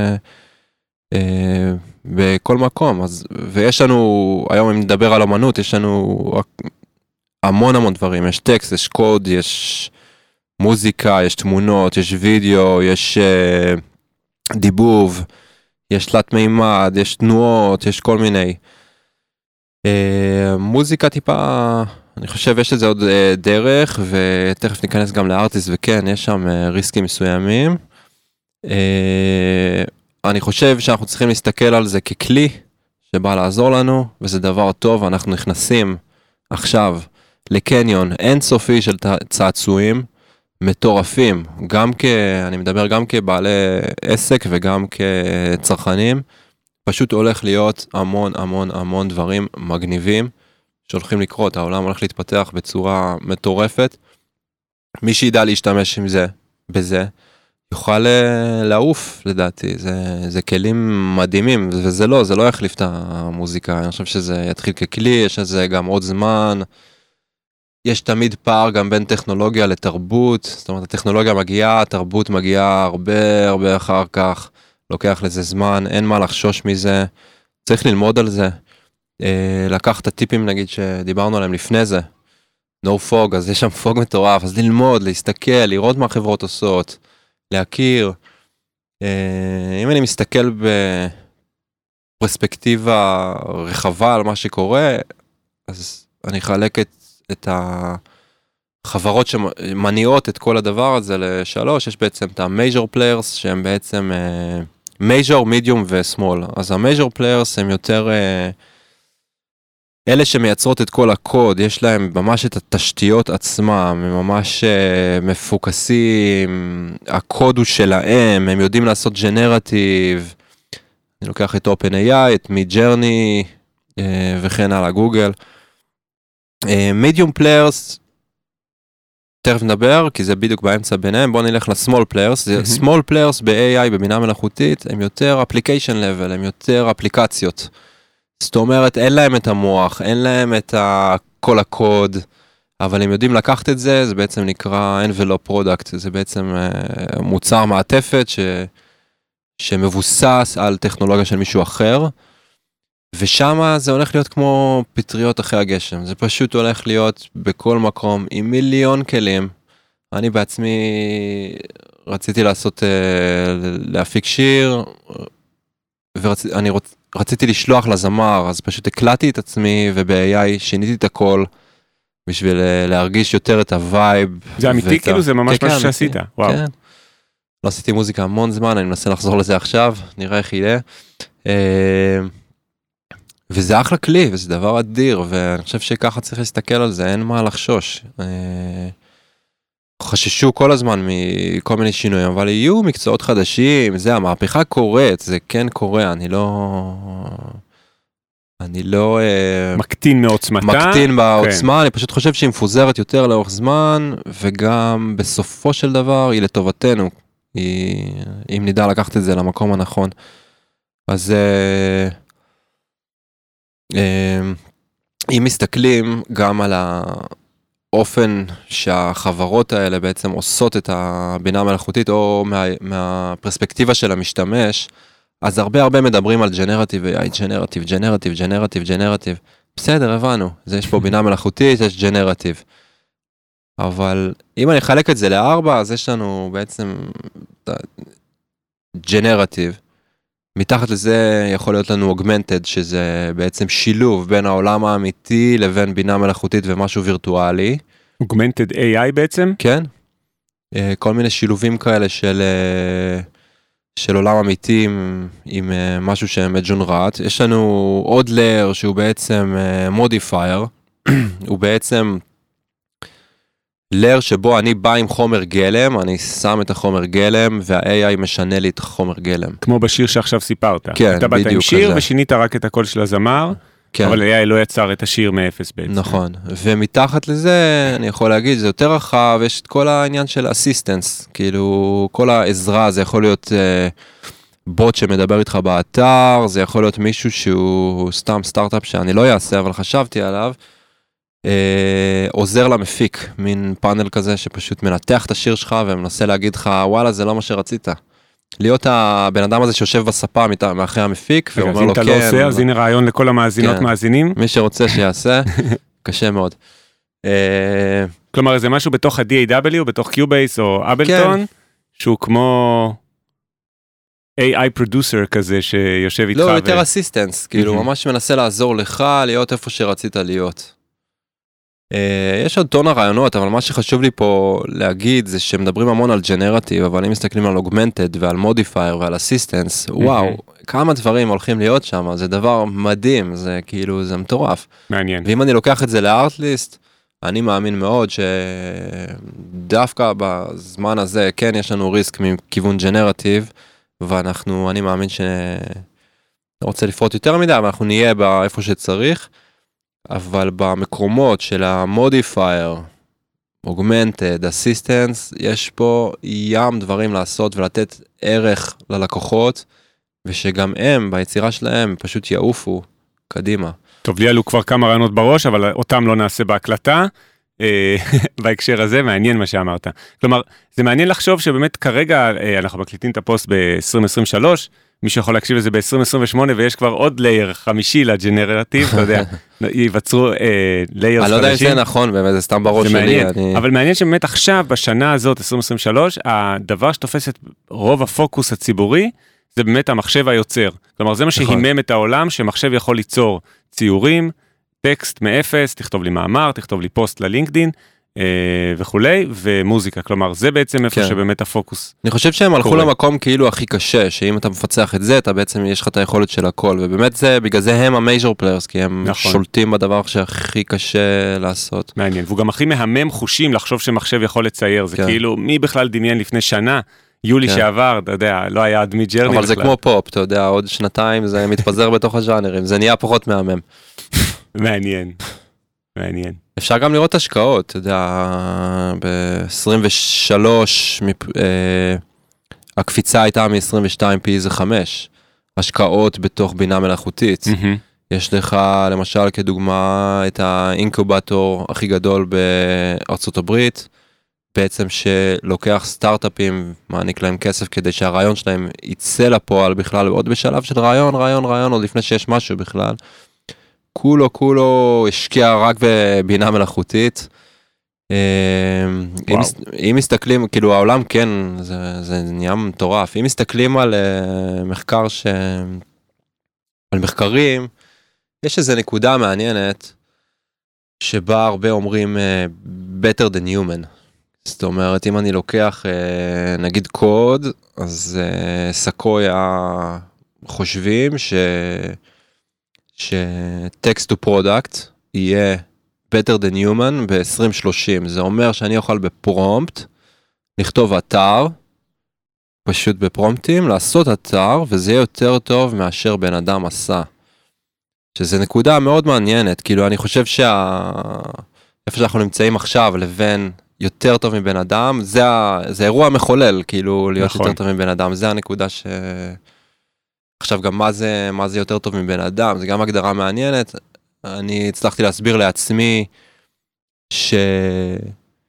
בכל מקום. אז, ויש לנו, היום אם נדבר על אמנות, יש לנו המון המון דברים, יש טקסט, יש קוד, יש מוזיקה, יש תמונות, יש וידאו, יש uh, דיבוב, יש תלת מימד, יש תנועות, יש כל מיני. Uh, מוזיקה טיפה, אני חושב יש לזה עוד uh, דרך, ותכף ניכנס גם לארטיסט, וכן, יש שם uh, ריסקים מסוימים. Uh, אני חושב שאנחנו צריכים להסתכל על זה ככלי, שבא לעזור לנו, וזה דבר טוב, אנחנו נכנסים עכשיו לקניון אינסופי של צעצועים, מטורפים, גם כ... אני מדבר גם כבעלי עסק וגם כצרכנים, פשוט הולך להיות המון המון המון דברים מגניבים שהולכים לקרות, העולם הולך להתפתח בצורה מטורפת, מי שידע להשתמש עם זה, בזה, יוכל לעוף לדעתי, זה, זה כלים מדהימים, וזה לא, זה לא יחליף את המוזיקה, אני חושב שזה יתחיל ככלי, יש לזה גם עוד זמן, יש תמיד פער גם בין טכנולוגיה לתרבות, זאת אומרת, הטכנולוגיה מגיעה, התרבות מגיעה הרבה הרבה אחר כך, לוקח לזה זמן, אין מה לחשוש מזה, צריך ללמוד על זה, לקח את הטיפים נגיד שדיברנו עליהם לפני זה, no fog, אז יש שם פוג מטורף, אז ללמוד, להסתכל, לראות מה החברות עושות, להכיר, אם אני מסתכל בפרספקטיבה רחבה על מה שקורה, אז אני אחלק את את החברות שמניעות את כל הדבר הזה לשלוש, יש בעצם את המייג'ור פליירס, שהם בעצם מייג'ור, מידיום וסמול. אז המייג'ור פליירס הם יותר אלה שמייצרות את כל הקוד, יש להם ממש את התשתיות עצמם, הם ממש מפוקסים, הקוד הוא שלהם, הם יודעים לעשות ג'נרטיב, אני לוקח את OpenAI, את Midjourney וכן הלאה, גוגל. מידיום פליירס, תכף נדבר, כי זה בדיוק באמצע ביניהם, בואו נלך לסמול פליירס, סמול פליירס ב-איי איי, בבינה מלאכותית, הם יותר אפליקיישן לבל, הם יותר אפליקציות. זאת אומרת, אין להם את המוח, אין להם את כל הקוד, אבל הם יודעים לקחת את זה, זה בעצם נקרא envelope product, זה בעצם מוצר מעטפת ש... שמבוסס על טכנולוגיה של מישהו אחר, ושם זה הולך להיות כמו פטריות אחרי הגשם, זה פשוט הולך להיות בכל מקום עם מיליון כלים. אני בעצמי רציתי לעשות, להפיק שיר, ואני רוצ, רציתי לשלוח לזמר, אז פשוט הקלטתי את עצמי, וב-איי איי שיניתי את הכל, בשביל להרגיש יותר את הווייב. זה אמיתי כאילו? זה ממש משהו שעשית? וואו. כן. לא עשיתי מוזיקה המון זמן, אני מנסה לחזור לזה עכשיו, נראה איך יהיה. וזה אחלה כלי, וזה דבר אדיר, ואני חושב שככה צריך להסתכל על זה, אין מה לחשוש. חששו כל הזמן מכל מיני שינויים, אבל יהיו מקצועות חדשים, זה המהפכה קורית, זה כן קורה, אני לא... אני לא... מקטין מעוצמתה. מקטין בעוצמה, כן. אני פשוט חושב שהיא מפוזרת יותר לאורך זמן, וגם בסופו של דבר היא לטובתנו, היא... אם נדע לקחת את זה למקום הנכון. אז... אם מסתכלים גם על האופן שהחברות האלה בעצם עושות את הבינה המלאכותית, או מה, מהפרספקטיבה של המשתמש, אז הרבה הרבה מדברים על ג'נרטיב, ג'נרטיב, ג'נרטיב, ג'נרטיב, ג'נרטיב. בסדר, הבנו, זה יש פה בינה מלאכותית, יש ג'נרטיב. אבל אם אני אחלק את זה לארבע, אז יש לנו בעצם ג'נרטיב. מתחת לזה יכול להיות לנו augmented, שזה בעצם שילוב בין העולם האמיתי לבין בינה מלאכותית ומשהו וירטואלי. augmented איי איי בעצם? כן. כל מיני שילובים כאלה של, של עולם אמיתי עם, עם משהו שמג'ונרט. יש לנו עוד לייר שהוא בעצם מודיפייר, הוא בעצם לייר שבו אני בא עם חומר גלם, אני שם את החומר גלם, וה-איי איי משנה לי את החומר גלם. כמו בשיר שעכשיו סיפרת. כן, אתה באת בדיוק עם שיר כזה. ושינית רק את הקול של הזמר, כן. אבל איי איי לא יצר את השיר מאפס בעצם. נכון, ומתחת לזה, אני יכול להגיד, זה יותר רחב, יש את כל העניין של אסיסטנס, כאילו, כל העזרה, זה יכול להיות אה, בוט שמדבר איתך באתר, זה יכול להיות מישהו שהוא סתם סטארט-אפ שאני לא אעשה, אבל חשבתי עליו, אה, עוזר למפיק, מין פאנל כזה שפשוט מנתח את השיר שלך, ומנסה להגיד לך, וואלה, זה לא מה שרצית. להיות הבן אדם הזה שיושב בספה מאחרי המפיק, ואומר לו כן. אז אם אתה לא עושה, אז הנה רעיון לכל המאזינות מאזינים. מי שרוצה שיעשה, קשה מאוד. כלומר, זה משהו בתוך ה-די איי דאבליו, בתוך קיובייס או אבלטון, שהוא כמו איי איי פרודוסר כזה שיושב איתך. לא, יותר אסיסטנס, כאילו ממש מנסה לעזור לך להיות איפה שרצית להיות. יש עוד טון הרעיונות, אבל מה שחשוב לי פה להגיד זה שמדברים המון על ג'נרטיב, אבל אם מסתכלים על אוגמנטד ועל מודיפייר ועל אסיסטנס, וואו, כמה דברים הולכים להיות שם, זה דבר מדהים, זה כאילו, זה מטורף. מעניין. ואם אני לוקח את זה לארטליסט, אני מאמין מאוד שדווקא בזמן הזה, כן, יש לנו ריסק מכיוון ג'נרטיב, ואנחנו, אני מאמין ש... לא רוצה לפרוט יותר מדי, אבל אנחנו נהיה באיפה שצריך, אבל במקומות של המודיפייר, אוגמנטד, אסיסטנס, יש פה ים דברים לעשות ולתת ערך ללקוחות, ושגם הם, ביצירה שלהם, פשוט יעופו קדימה. טוב, לי עלו כבר כמה רעיונות בראש, אבל אותם לא נעשה בהקלטה, בהקשר הזה, מעניין מה שאמרת. כלומר, זה מעניין לחשוב שבאמת כרגע, אנחנו מקליטים את הפוסט ב-עשרים עשרים ושלוש, מי שיכול להקשיב לזה ב-עשרים עשרים ושמונה, ויש כבר עוד לייר חמישי לג'נרטיב, אתה יודע, ייווצרו ליירס חדשים. אני לא יודע אם זה נכון, באמת, זה סתם בראש שלי. אבל מעניין שבאמת עכשיו, בשנה הזאת, עשרים עשרים ושלוש, הדבר שתופס את רוב הפוקוס הציבורי, זה באמת המחשב היוצר. כלומר, זה מה שהימם את העולם, שמחשב יכול ליצור ציורים, טקסט מאפס, תכתוב לי מאמר, תכתוב לי פוסט ללינקדין, וכולי, ומוזיקה. כלומר, זה בעצם איפה שבאמת הפוקוס. אני חושב שהם הלכו למקום כאילו הכי קשה, שאם אתה מפצח את זה, אתה בעצם יש לך את היכולת של הכל, ובאמת זה, בגלל זה הם המייז'ור פליירס, כי הם שולטים בדבר שהכי קשה לעשות. מעניין, והוא גם הכי מהמם חושים לחשוב שמחשב יכול לצייר, זה כאילו, מי בכלל דמיין לפני שנה, יולי שעבר, אתה יודע, לא היה עד מי ג'רני. אבל זה כמו פופ, אתה יודע, עוד שנתיים זה מתפזר בתוך הז'אנרים, זה נהיה פחות מהמם. מעניין, מעניין. אפשר גם לראות השקעות, אתה יודע, ב-עשרים ושלוש, הקפיצה הייתה מ-עשרים ושתיים פי זה חמש, השקעות בתוך בינה מלאכותית. יש לך, למשל, כדוגמה, את האינקובטור הכי גדול בארצות הברית, בעצם שלוקח סטארט-אפים, מעניק להם כסף כדי שהרעיון שלהם יצא לפועל בכלל, עוד בשלב של רעיון, רעיון, רעיון, עוד לפני שיש משהו בכלל. כולו, כולו השקיע רק בבינה מלאכותית. אם, אם מסתכלים, כאילו העולם כן, זה, זה נהיה מטורף. אם מסתכלים על uh, מחקר ש... על מחקרים, יש איזו נקודה מעניינת, שבה הרבה אומרים uh, better than human. זאת אומרת, אם אני לוקח, uh, נגיד קוד, אז uh, סקויה חושבים ש... ש-text to product יהיה better than human ב-עשרים שלושים. זה אומר שאני אוכל בפרומפט, לכתוב אתר, פשוט בפרומפטים, לעשות אתר, וזה יהיה יותר טוב מאשר בן אדם עשה. שזה נקודה מאוד מעניינת, כאילו אני חושב שה... איפה שאנחנו נמצאים עכשיו לבין יותר טוב מבן אדם, זה, ה... זה אירוע מחולל, כאילו להיות נכון. יותר טוב מבן אדם, זה הנקודה ש... עכשיו גם מה זה, מה זה יותר טוב מבן אדם, זה גם הגדרה מעניינת, אני הצלחתי להסביר לעצמי שאם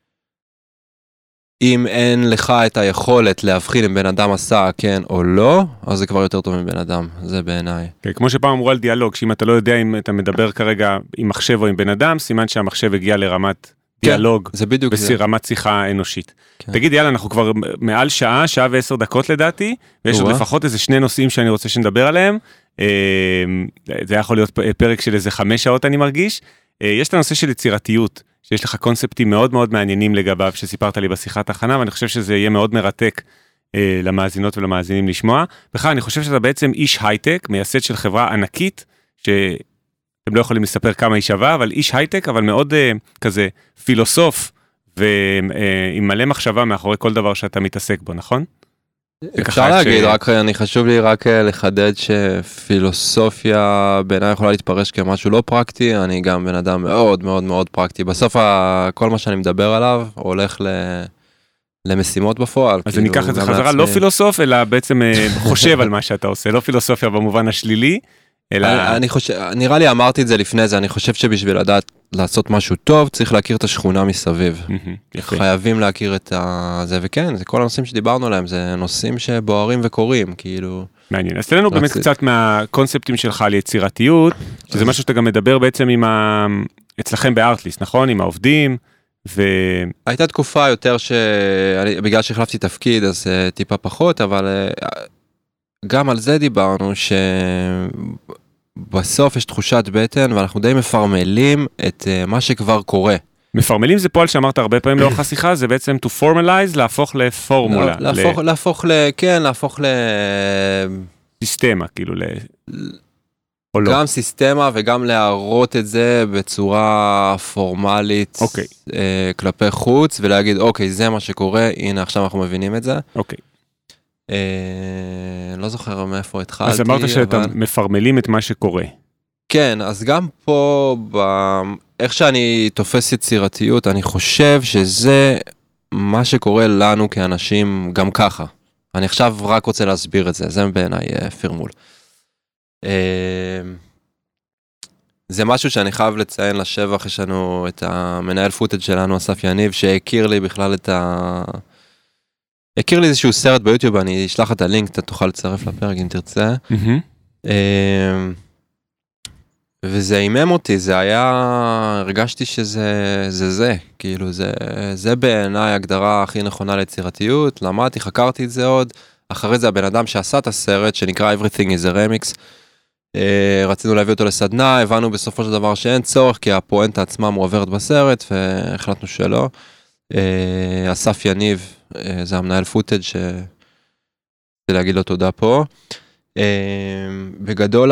אין לך את היכולת להבחין אם בן אדם עשה כן או לא, אז זה כבר יותר טוב מבן אדם, זה בעיניי. Okay, כמו שפעם אמרו על דיאלוג, שאם אתה לא יודע אם אתה מדבר כרגע עם מחשב או עם בן אדם, סימן שהמחשב הגיע לרמת דיאלוג, זה בדיוק זה. ברמת שיחה אנושית. תגיד, יאללה, אנחנו כבר מעל שעה, שעה ועשר דקות לדעתי, ויש עוד לפחות איזה שני נושאים שאני רוצה שנדבר עליהם. זה יכול להיות פרק של איזה חמש שעות אני מרגיש. יש את הנושא של יצירתיות. שיש לך קונספטים מאוד מאוד מעניינים לגביו, שסיפרת לי בשיחת הכנה, ואני חושב שזה יהיה מאוד מרתק אה, למאזינות ולמאזינים לשמוע. בכלל, אני חושב שאתה בעצם איש הייטק, מייסד של חברה ענקית, שאתם לא יכולים לספר כמה היא שווה, אבל איש הייטק, אבל מאוד אה, כזה פילוסוף, ועם אה, מלא מחשבה מאחורי כל דבר שאתה מתעסק בו, נכון? אפשר להגיד, רק אני חשוב לי רק לחדד שפילוסופיה בעיניי יכולה להתפרש כמשהו לא פרקטי, אני גם בן אדם מאוד מאוד מאוד פרקטי, בסוף כל מה שאני מדבר עליו הולך למשימות בפועל. אז אני אקח את זה חזרה, לא פילוסוף, אלא בעצם חושב על מה שאתה עושה, לא פילוסופיה במובן השלילי, אלא... אני חושב, נראה לי אמרתי את זה לפני זה, אני חושב שבשביל לדעת לעשות משהו טוב, צריך להכיר את השכונה מסביב. חייבים להכיר את זה, וכן, זה כל הנושאים שדיברנו עליהם, זה נושאים שבוערים וקורים, כאילו... מעניין. אז תלנו באמת קצת מהקונספטים שלך על יצירתיות, שזה משהו שאתה גם מדבר בעצם עם ה... אצלכם בארטליסט, נכון? עם העובדים, ו... הייתה תקופה יותר ש... בגלל שהחלפתי תפקיד, אז טיפה פחות, אבל גם על זה דיברנו, ש... בסוף יש תחושת בטן, ואנחנו די מפרמלים את uh, מה שכבר קורה. מפרמלים זה פועל שאמרת הרבה פעמים לאורך השיחה, זה בעצם to formalize, להפוך לפורמולה. לא, להפוך, ל... להפוך ל... כן, להפוך ל... סיסטמה, כאילו ל... או לא. גם סיסטמה וגם להראות את זה בצורה פורמלית אוקיי. uh, כלפי חוץ, ולהגיד, אוקיי, זה מה שקורה, הנה עכשיו אנחנו מבינים את זה. אוקיי. לא זוכר מאיפה התחלתי. אז אמרת שאתה מפרמלים את מה שקורה. כן, אז גם פה, איך שאני תופס יצירתיות, אני חושב שזה מה שקורה לנו כאנשים גם ככה. אני עכשיו רק רוצה להסביר את זה, זה בעיניי פרמול. זה משהו שאני חייב לציין לשבח, יש לנו את המנהל פוטאג' שלנו, אסף יניב, שהכיר לי בכלל את ה... הכיר לי איזשהו סרט ביוטיוב, אני אשלח את הלינק, אתה תוכל לצרף לפרק אם תרצה. וזה אימם אותי, זה היה, הרגשתי שזה זה זה, כאילו זה, זה בעיניי הגדרה הכי נכונה ליצירתיות, למדתי, חקרתי את זה עוד, אחרי זה הבן אדם שעשה את הסרט, שנקרא Everything is a Remix, רצינו להביא אותו לסדנה, הבנו בסופו של דבר שאין צורך, כי הפואנטה עצמה מועברת בסרט, והחלטנו שלא. אסף יניב, זה המנהל פוטאג' שרציתי להגיד לו תודה פה. בגדול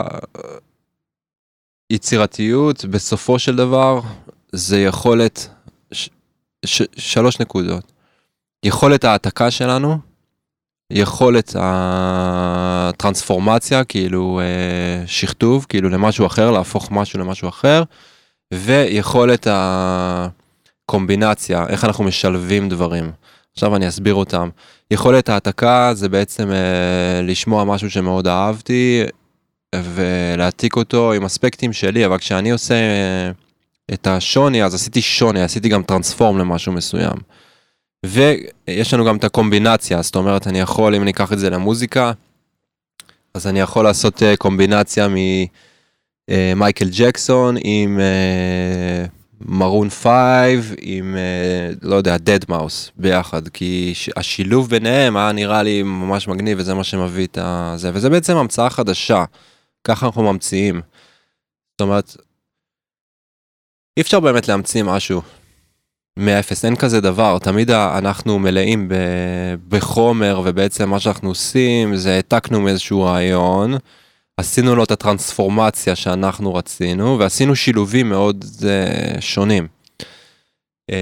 היצירתיות, בסופו של דבר, זה יכולת, ש, ש, שלוש נקודות. יכולת העתקה שלנו, יכולת הטרנספורמציה, כאילו שכתוב, כאילו למשהו אחר, להפוך משהו למשהו אחר, ויכולת הקומבינציה, איך אנחנו משלבים דברים. עכשיו אני אסביר אותם. יכולת העתקה זה בעצם אה, לשמוע משהו שמאוד אהבתי, ולהעתיק אותו עם אספקטים שלי, אבל כשאני עושה אה, את השוני, אז עשיתי שוני, עשיתי גם טרנספורם למשהו מסוים. ויש לנו גם את הקומבינציה, זאת אומרת, אני יכול, אם אני אקח את זה למוזיקה, אז אני יכול לעשות אה, קומבינציה ממייקל ג'קסון עם... אה, מרון פייב עם, לא יודע, דד מאוס ביחד, כי השילוב ביניהם היה נראה לי ממש מגניב, וזה מה שמביא את זה, וזה בעצם המצאה חדשה, ככה אנחנו ממציאים. זאת אומרת, אי אפשר באמת להמציא משהו מאפס, אין כזה דבר, תמיד אנחנו מלאים בחומר, ובעצם מה שאנחנו עושים, זה העתקנו מאיזשהו רעיון, עשינו לו את הטרנספורמציה שאנחנו רצינו, ועשינו שילובים מאוד uh, שונים. Uh,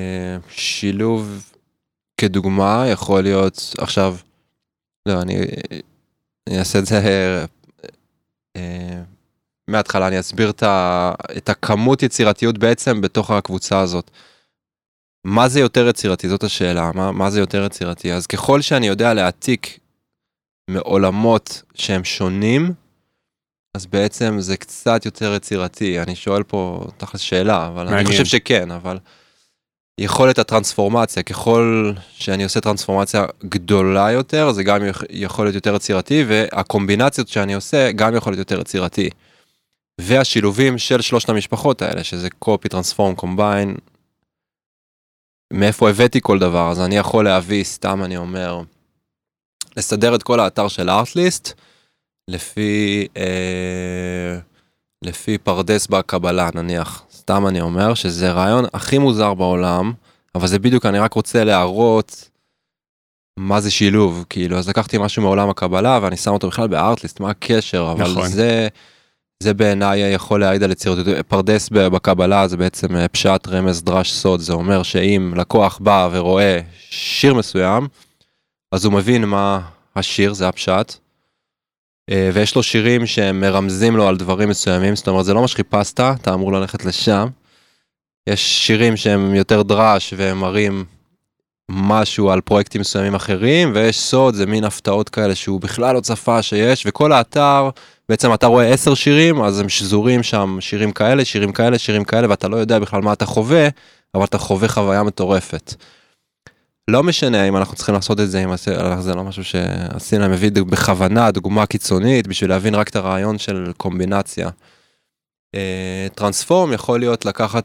שילוב כדוגמה יכול להיות, עכשיו, לא, אני, אני אעשה את זה uh, מההתחלה, אני אסביר את, ה, את הכמות יצירתיות בעצם בתוך הקבוצה הזאת. מה זה יותר יצירתי? זאת השאלה, מה, מה זה יותר יצירתי? אז ככל שאני יודע להעתיק מעולמות שהם שונים, אז בעצם זה קצת יותר יצירתי. אני שואל פה תכלס שאלה, אבל מעניין. אני חושב שכן, אבל יכולת הטרנספורמציה, ככל שאני עושה טרנספורמציה גדולה יותר, זה גם יכול להיות יותר יצירתי, והקומבינציות שאני עושה גם יכול להיות יותר יצירתי. והשילובים של שלושת המשפחות האלה, שזה קופי, טרנספורם, קומביין, מאיפה הבאתי כל דבר, אז אני יכול להביא, סתם אני אומר, לסדר את כל האתר של ארטליסט, לפי, אה, לפי פרדס בקבלה, נניח. סתם אני אומר, שזה רעיון הכי מוזר בעולם, אבל זה בדיוק, אני רק רוצה להראות מה זה שילוב, כאילו, אז לקחתי משהו מעולם הקבלה, ואני שם אותו בכלל בארטליסט, מה הקשר, אבל נכון. זה, זה בעיניי יכול להעיד על יצירתיות. פרדס בקבלה זה בעצם פשט, רמז, דרש, סוד, זה אומר שאם לקוח בא ורואה שיר מסוים, אז הוא מבין מה השיר, זה הפשט, ויש לו שירים שהם מרמזים לו על דברים מסוימים, זאת אומרת, זה לא מה שחיפשת, אתה אמור ללכת לשם, יש שירים שהם יותר דרש, והם מראים משהו על פרויקטים מסוימים אחרים, ויש סוד, זה מין הפתעות כאלה שהוא בכלל לא צפה שיש, וכל האתר, בעצם אתה רואה עשר שירים, אז הם שזורים שם שירים כאלה, שירים כאלה, שירים כאלה, ואתה לא יודע בכלל מה אתה חווה, אבל אתה חווה חוויה מטורפת. לא משנה אם אנחנו צריכים לעשות את זה, אם זה לא משהו שעשינו, מביא בכוונה, דוגמה קיצונית, בשביל להבין רק את הרעיון של קומבינציה. טרנספורם יכול להיות לקחת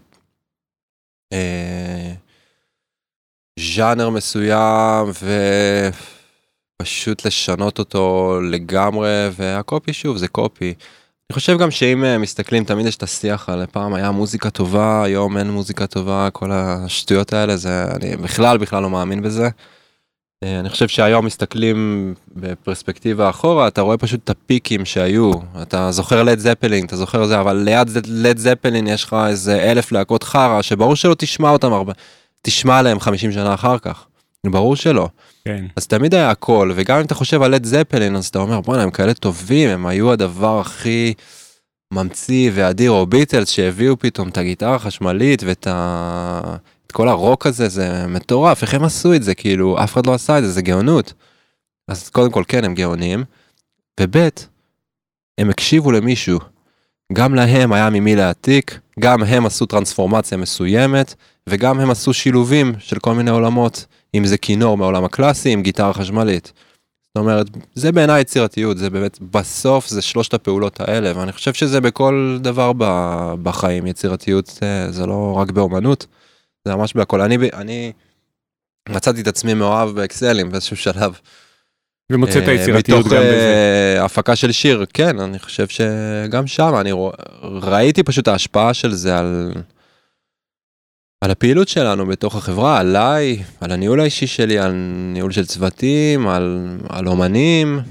ז'אנר מסוים ופשוט לשנות אותו לגמרי, והקופי שוב זה קופי. אני חושב גם שאם מסתכלים, תמיד יש את השיח על פעם היה מוזיקה טובה, היום אין מוזיקה טובה, כל השטויות האלה, זה, אני בכלל בכלל לא מאמין בזה. אני חושב שהיום מסתכלים בפרספקטיבה אחורה, אתה רואה פשוט את הפיקים שהיו, אתה זוכר לד זפלין, אתה זוכר זה, אבל ליד לד זפלין יש לך איזה אלף להקות חרה, שברור שלא תשמע אותם הרבה, תשמע עליהם חמישים שנה אחר כך, ברור שלא. כן. אז תמיד היה הכל, וגם אם אתה חושב על לד זפלין, אז אתה אומר, בוא'נה, הם כאלה טובים, הם היו הדבר הכי ממציא ואדיר, או ביטלס, שהביאו פתאום את הגיטרה החשמלית, ואת ה... את כל הרוק הזה, זה מטורף, איך הם עשו את זה, כאילו, אף אחד לא עשה את זה, זה גאונות. אז קודם כל, כן, הם גאונים, ובית, הם הקשיבו למישהו, גם להם היה ממי להעתיק, גם הם עשו טרנספורמציה מסוימת, וגם הם עשו שילובים של כל מיני עולמות, אם זה כינור מהעולם הקלאסי, עם גיטרה חשמלית. זאת אומרת, זה בעיניי יצירתיות, זה באמת, בסוף זה שלושת הפעולות האלה, ואני חושב שזה בכל דבר בחיים, יצירתיות זה, זה לא רק באומנות, זה ממש בהכל. אני, אני מצאתי את עצמי מאוהב באקסלים באיזשהו שלב. ומוצאת היצירתיות גם בזה. מתוך הפקה של שיר, כן, אני חושב שגם שם, אני ראיתי פשוט ההשפעה של זה על... על הפעילות שלנו בתוך החברה, עליי, על הניהול האישי שלי, על ניהול של צוותים, על, על אומנים,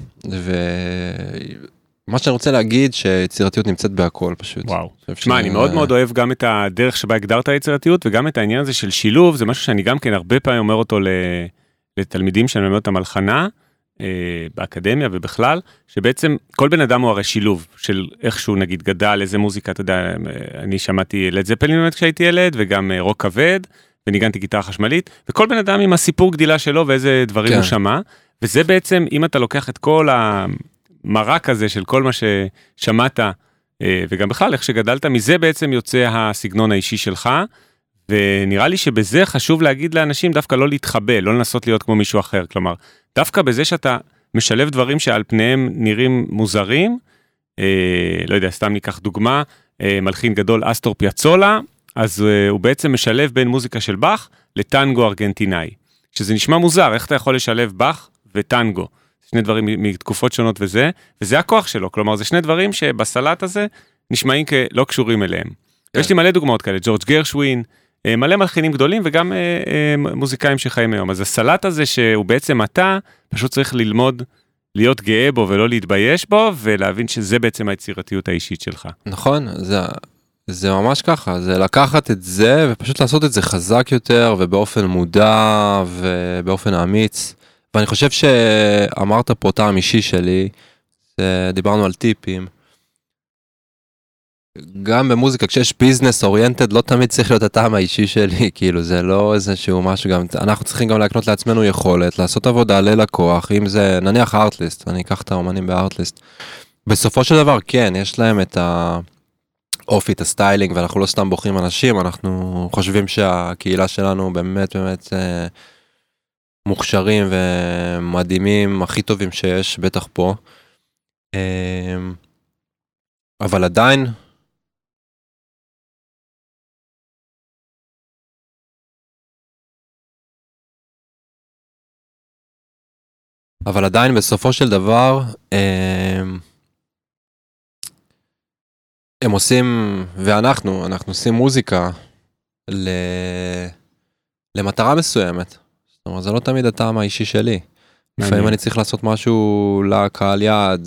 ומה שאני רוצה להגיד שיצירתיות נמצאת בהכל פשוט. וואו. שמע, ש... אני מאוד מאוד אוהב גם את הדרך שבה הגדרת היצירתיות, וגם את העניין הזה של שילוב, זה משהו שאני גם כן הרבה פעמים אומר אותו לתלמידים שאני מלמד אותם על חנה, באקדמיה ובכלל, שבעצם כל בן אדם הוא הרי שילוב של איכשהו נגיד גדל, איזה מוזיקה, אתה יודע, אני שמעתי לד זפלין באמת כשהייתי ילד, וגם רוק כבד, וניגנתי גיטרה חשמלית, וכל בן אדם עם הסיפור גדילה שלו, ואיזה דברים כן. הוא שמע, וזה בעצם, אם אתה לוקח את כל המרק הזה של כל מה ששמעת, וגם בכלל איך שגדלת, מזה בעצם יוצא הסגנון האישי שלך, ונראה לי שבזה חשוב להגיד לאנשים דווקא לא להתחבא, לא לנסות להיות כמו מישהו אחר, כלומר, דווקא בזה שאתה משלב דברים שעל פניהם נראים מוזרים, אה, לא יודע, סתם ניקח דוגמה, אה, מלחין גדול אסטור פיאצולה, אז אה, הוא בעצם משלב בין מוזיקה של באך לטנגו ארגנטינאי, שזה נשמע מוזר, איך אתה יכול לשלב באך וטנגו, שני דברים מתקופות שונות וזה, וזה הכוח שלו, כלומר זה שני דברים שבסלט הזה נשמעים כלא קשורים אליהם. כן. יש לי מלא דוגמאות כאלה, ג'ורג' גרשווין, מלא מלחינים גדולים וגם אה, אה, מוזיקאים שחיים היום. אז הסלט הזה שהוא בעצם אתה, פשוט צריך ללמוד להיות גאה בו ולא להתבייש בו, ולהבין שזה בעצם היצירתיות האישית שלך. נכון, זה, זה ממש ככה, זה לקחת את זה ופשוט לעשות את זה חזק יותר ובאופן מודע ובאופן אמיץ. ואני חושב שאמרת פה טעם אישי שלי, דיברנו על טיפים, גם במוזיקה, כשיש ביזנס אוריינטד, לא תמיד צריך להיות הטעם האישי שלי, כאילו זה לא איזשהו משהו, גם, אנחנו צריכים גם להקנות לעצמנו יכולת, לעשות עבודה ללקוח, אם זה, נניח הארטליסט, אני אקח את האומנים בארטליסט, בסופו של דבר, כן, יש להם את האופי, את הסטיילינג, ואנחנו לא סתם בוחרים אנשים, אנחנו חושבים שהקהילה שלנו באמת באמת אה, מוכשרים ומדהימים, הכי טובים שיש, בטח פה, אה, אבל עדיין, אבל עדיין בסופו של דבר, אה, הם עושים, ואנחנו, אנחנו עושים מוזיקה ל... למטרה מסוימת. זאת אומרת, זה לא תמיד הטעם האישי שלי. לפעמים אני צריך לעשות משהו לקהל יעד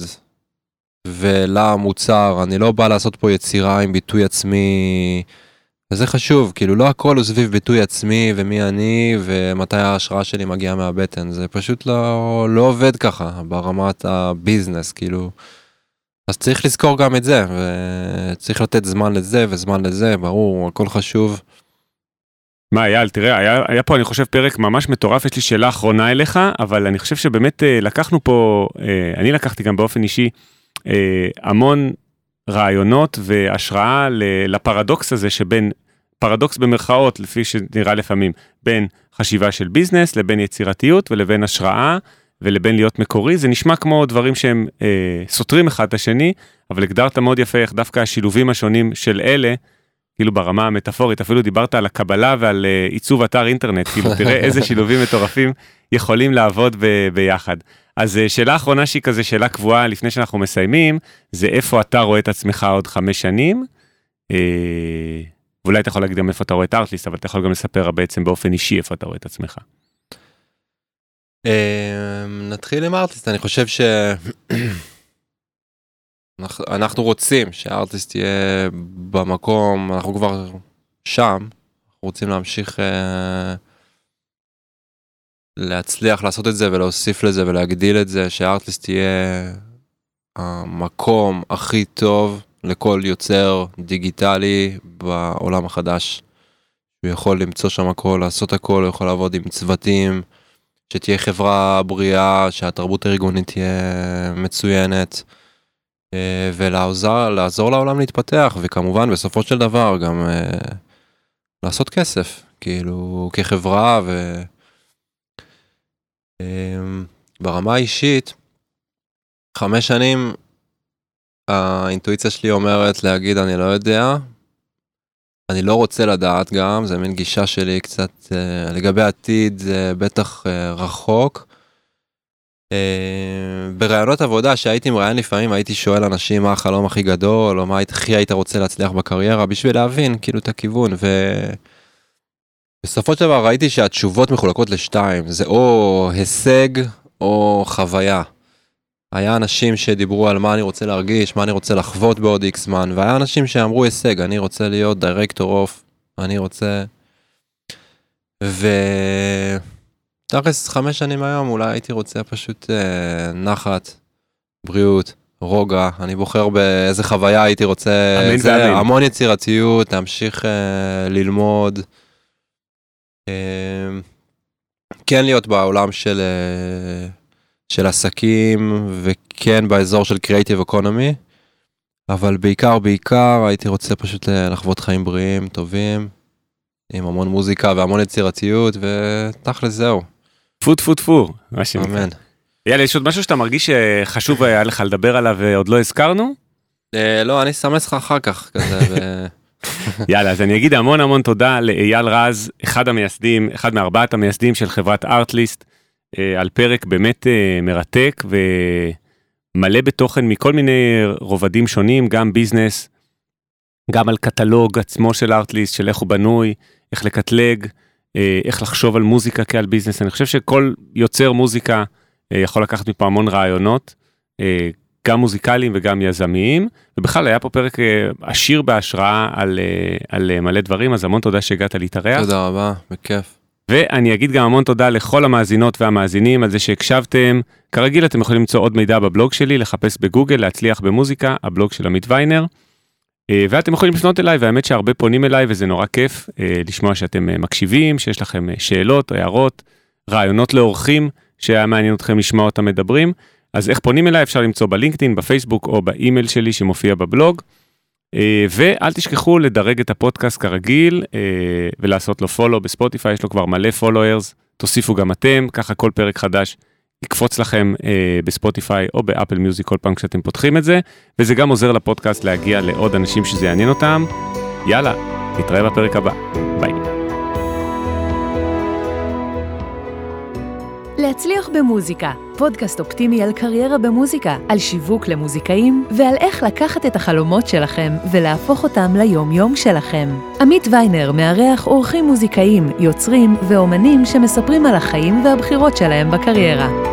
ולמוצר. אני לא בא לעשות פה יצירה עם ביטוי עצמי, וזה חשוב, כאילו לא הכל הוא סביב ביטוי עצמי ומי אני ומתי ההשראה שלי מגיעה מהבטן. זה פשוט לא, לא עובד ככה ברמת הביזנס, כאילו. אז צריך לזכור גם את זה, וצריך לתת זמן לזה וזמן לזה, ברור, הכל חשוב. מה, אייל, תראה, היה, היה פה, אני חושב, פרק ממש מטורף, יש לי שאלה אחרונה אליך, אבל אני חושב שבאמת לקחנו פה, אני לקחתי גם באופן אישי, המון רעיונות והשראה לפרדוקס הזה, שבין, פרדוקס במרכאות, לפי שנראה לפעמים, בין חשיבה של ביזנס, לבין יצירתיות, ולבין השראה, ולבין להיות מקורי. זה נשמע כמו דברים שהם אה, סותרים אחד את השני, אבל הגדרת מאוד יפה איך דווקא השילובים השונים של אלה, כאילו ברמה המטאפורית, אפילו דיברת על הקבלה ועל אה, עיצוב אתר אינטרנט, כאילו תראה איזה שילובים מטורפים יכולים לעבוד ב- ביחד. אז אה, שאלה האחרונה שהיא כזה שאלה קבועה לפני שאנחנו מסיימים, זה איפה אתה רואה את עצמך עוד חמש שנים, אה, ואולי אתה יכול להגיד גם איפה אתה רואה את ארטליסט, אבל אתה יכול גם לספר בעצם באופן אישי איפה אתה רואה את עצמך. נתחיל עם ארטיסט, אני חושב ש... אנחנו רוצים שהארטיסט יהיה במקום, אנחנו כבר שם, אנחנו רוצים להמשיך להצליח לעשות את זה ולהוסיף לזה ולהגדיל את זה, שהארטיסט יהיה המקום הכי טוב לכל יוצר דיגיטלי בעולם החדש. הוא יכול למצוא שם הכל, לעשות הכל, הוא יכול לעבוד עם צוותים, שתהיה חברה בריאה, שהתרבות הארגונית תהיה מצוינת, ולעזור, לעזור לעולם להתפתח, וכמובן בסופו של דבר גם לעשות כסף, כאילו כחברה, וברמה האישית, חמש שנים, האינטואיציה שלי אומרת להגיד אני לא יודע, אני לא רוצה לדעת גם, זה מין גישה שלי קצת, uh, לגבי העתיד, זה בטח uh, רחוק. Uh, ברעיונות עבודה שהייתי מראיין לפעמים, הייתי שואל אנשים מה החלום הכי גדול, או מה הכי היית רוצה להצליח בקריירה, בשביל להבין כאילו את הכיוון, ובסופו של דבר ראיתי שהתשובות מחולקות לשתיים, זה או הישג או חוויה. היה אנשים שדיברו על מה אני רוצה להרגיש, מה אני רוצה לחוות בעוד איקס זמן, והיה אנשים שאמרו הישג, אני רוצה להיות דירקטור אוף, אני רוצה... ותכלס חמש שנים היום, אולי הייתי רוצה פשוט אה, נחת, בריאות, רוגע, אני בוחר באיזה חוויה הייתי רוצה, זה, המון יצירתיות, להמשיך אה, ללמוד, אה, כן להיות בעולם של... אה, של עסקים, וכן באזור של Creative Economy, אבל בעיקר, בעיקר הייתי רוצה פשוט לחוות חיים בריאים, טובים, עם המון מוזיקה והמון יצירתיות, ותכל'ס זהו. פו טפו טפו, מה שנקרא. אמן. יאללה, יש עוד משהו שאתה מרגיש שחשוב היה לך לדבר עליו ועוד לא הזכרנו? לא, אני סמס לך אחר כך, כזה. יאללה, אז אני אגיד המון המון תודה לאייל רז, אחד המייסדים, אחד מארבעת המייסדים של חברת ארטליסט, על פרק באמת מרתק ומלא בתוכן מכל מיני רובדים שונים, גם ביזנס, גם על קטלוג עצמו של ארטליסט, של איך הוא בנוי, איך לקטלג, איך לחשוב על מוזיקה כעל ביזנס. אני חושב שכל יוצר מוזיקה יכול לקחת מפה המון רעיונות, גם מוזיקליים וגם יזמיים, ובכלל היה פה פרק עשיר בהשראה על, על מלא דברים, אז המון תודה שהגעת להתארח. תודה רבה, בכיף. ואני אגיד גם המון תודה לכל המאזינות והמאזינים על זה שהקשבתם. כרגיל אתם יכולים למצוא עוד מידע בבלוג שלי, לחפש בגוגל, להצליח במוזיקה, הבלוג של עמית ויינר. ואתם יכולים לפנות אליי, והאמת שהרבה פונים אליי וזה נורא כיף לשמוע שאתם מקשיבים, שיש לכם שאלות, הערות, רעיונות לאורחים שהיה מעניין אתכם לשמוע אותם מדברים. אז איך פונים אליי? אפשר למצוא בלינקדאין, בפייסבוק או באימייל שלי שמופיע בבלוג. ואל תשכחו לדרג את הפודקאסט כרגיל, ולעשות לו פולו בספוטיפיי, יש לו כבר מלא פולוורס, תוסיפו גם אתם, ככה כל פרק חדש יקפוץ לכם בספוטיפיי או באפל מיוזיק כל פעם כשאתם פותחים את זה, וזה גם עוזר לפודקאסט להגיע לעוד אנשים שזה יעניין אותם. יאללה, נתראה בפרק הבא, ביי. להצליח במוזיקה, פודקאסט אופטימי על קריירה במוזיקה, על שיווק למוזיקאים ועל איך לקחת את החלומות שלכם ולהפוך אותם ליום-יום שלכם. עמית ויינר מארח אורחים מוזיקאים, יוצרים ואומנים שמספרים על החיים והבחירות שלהם בקריירה.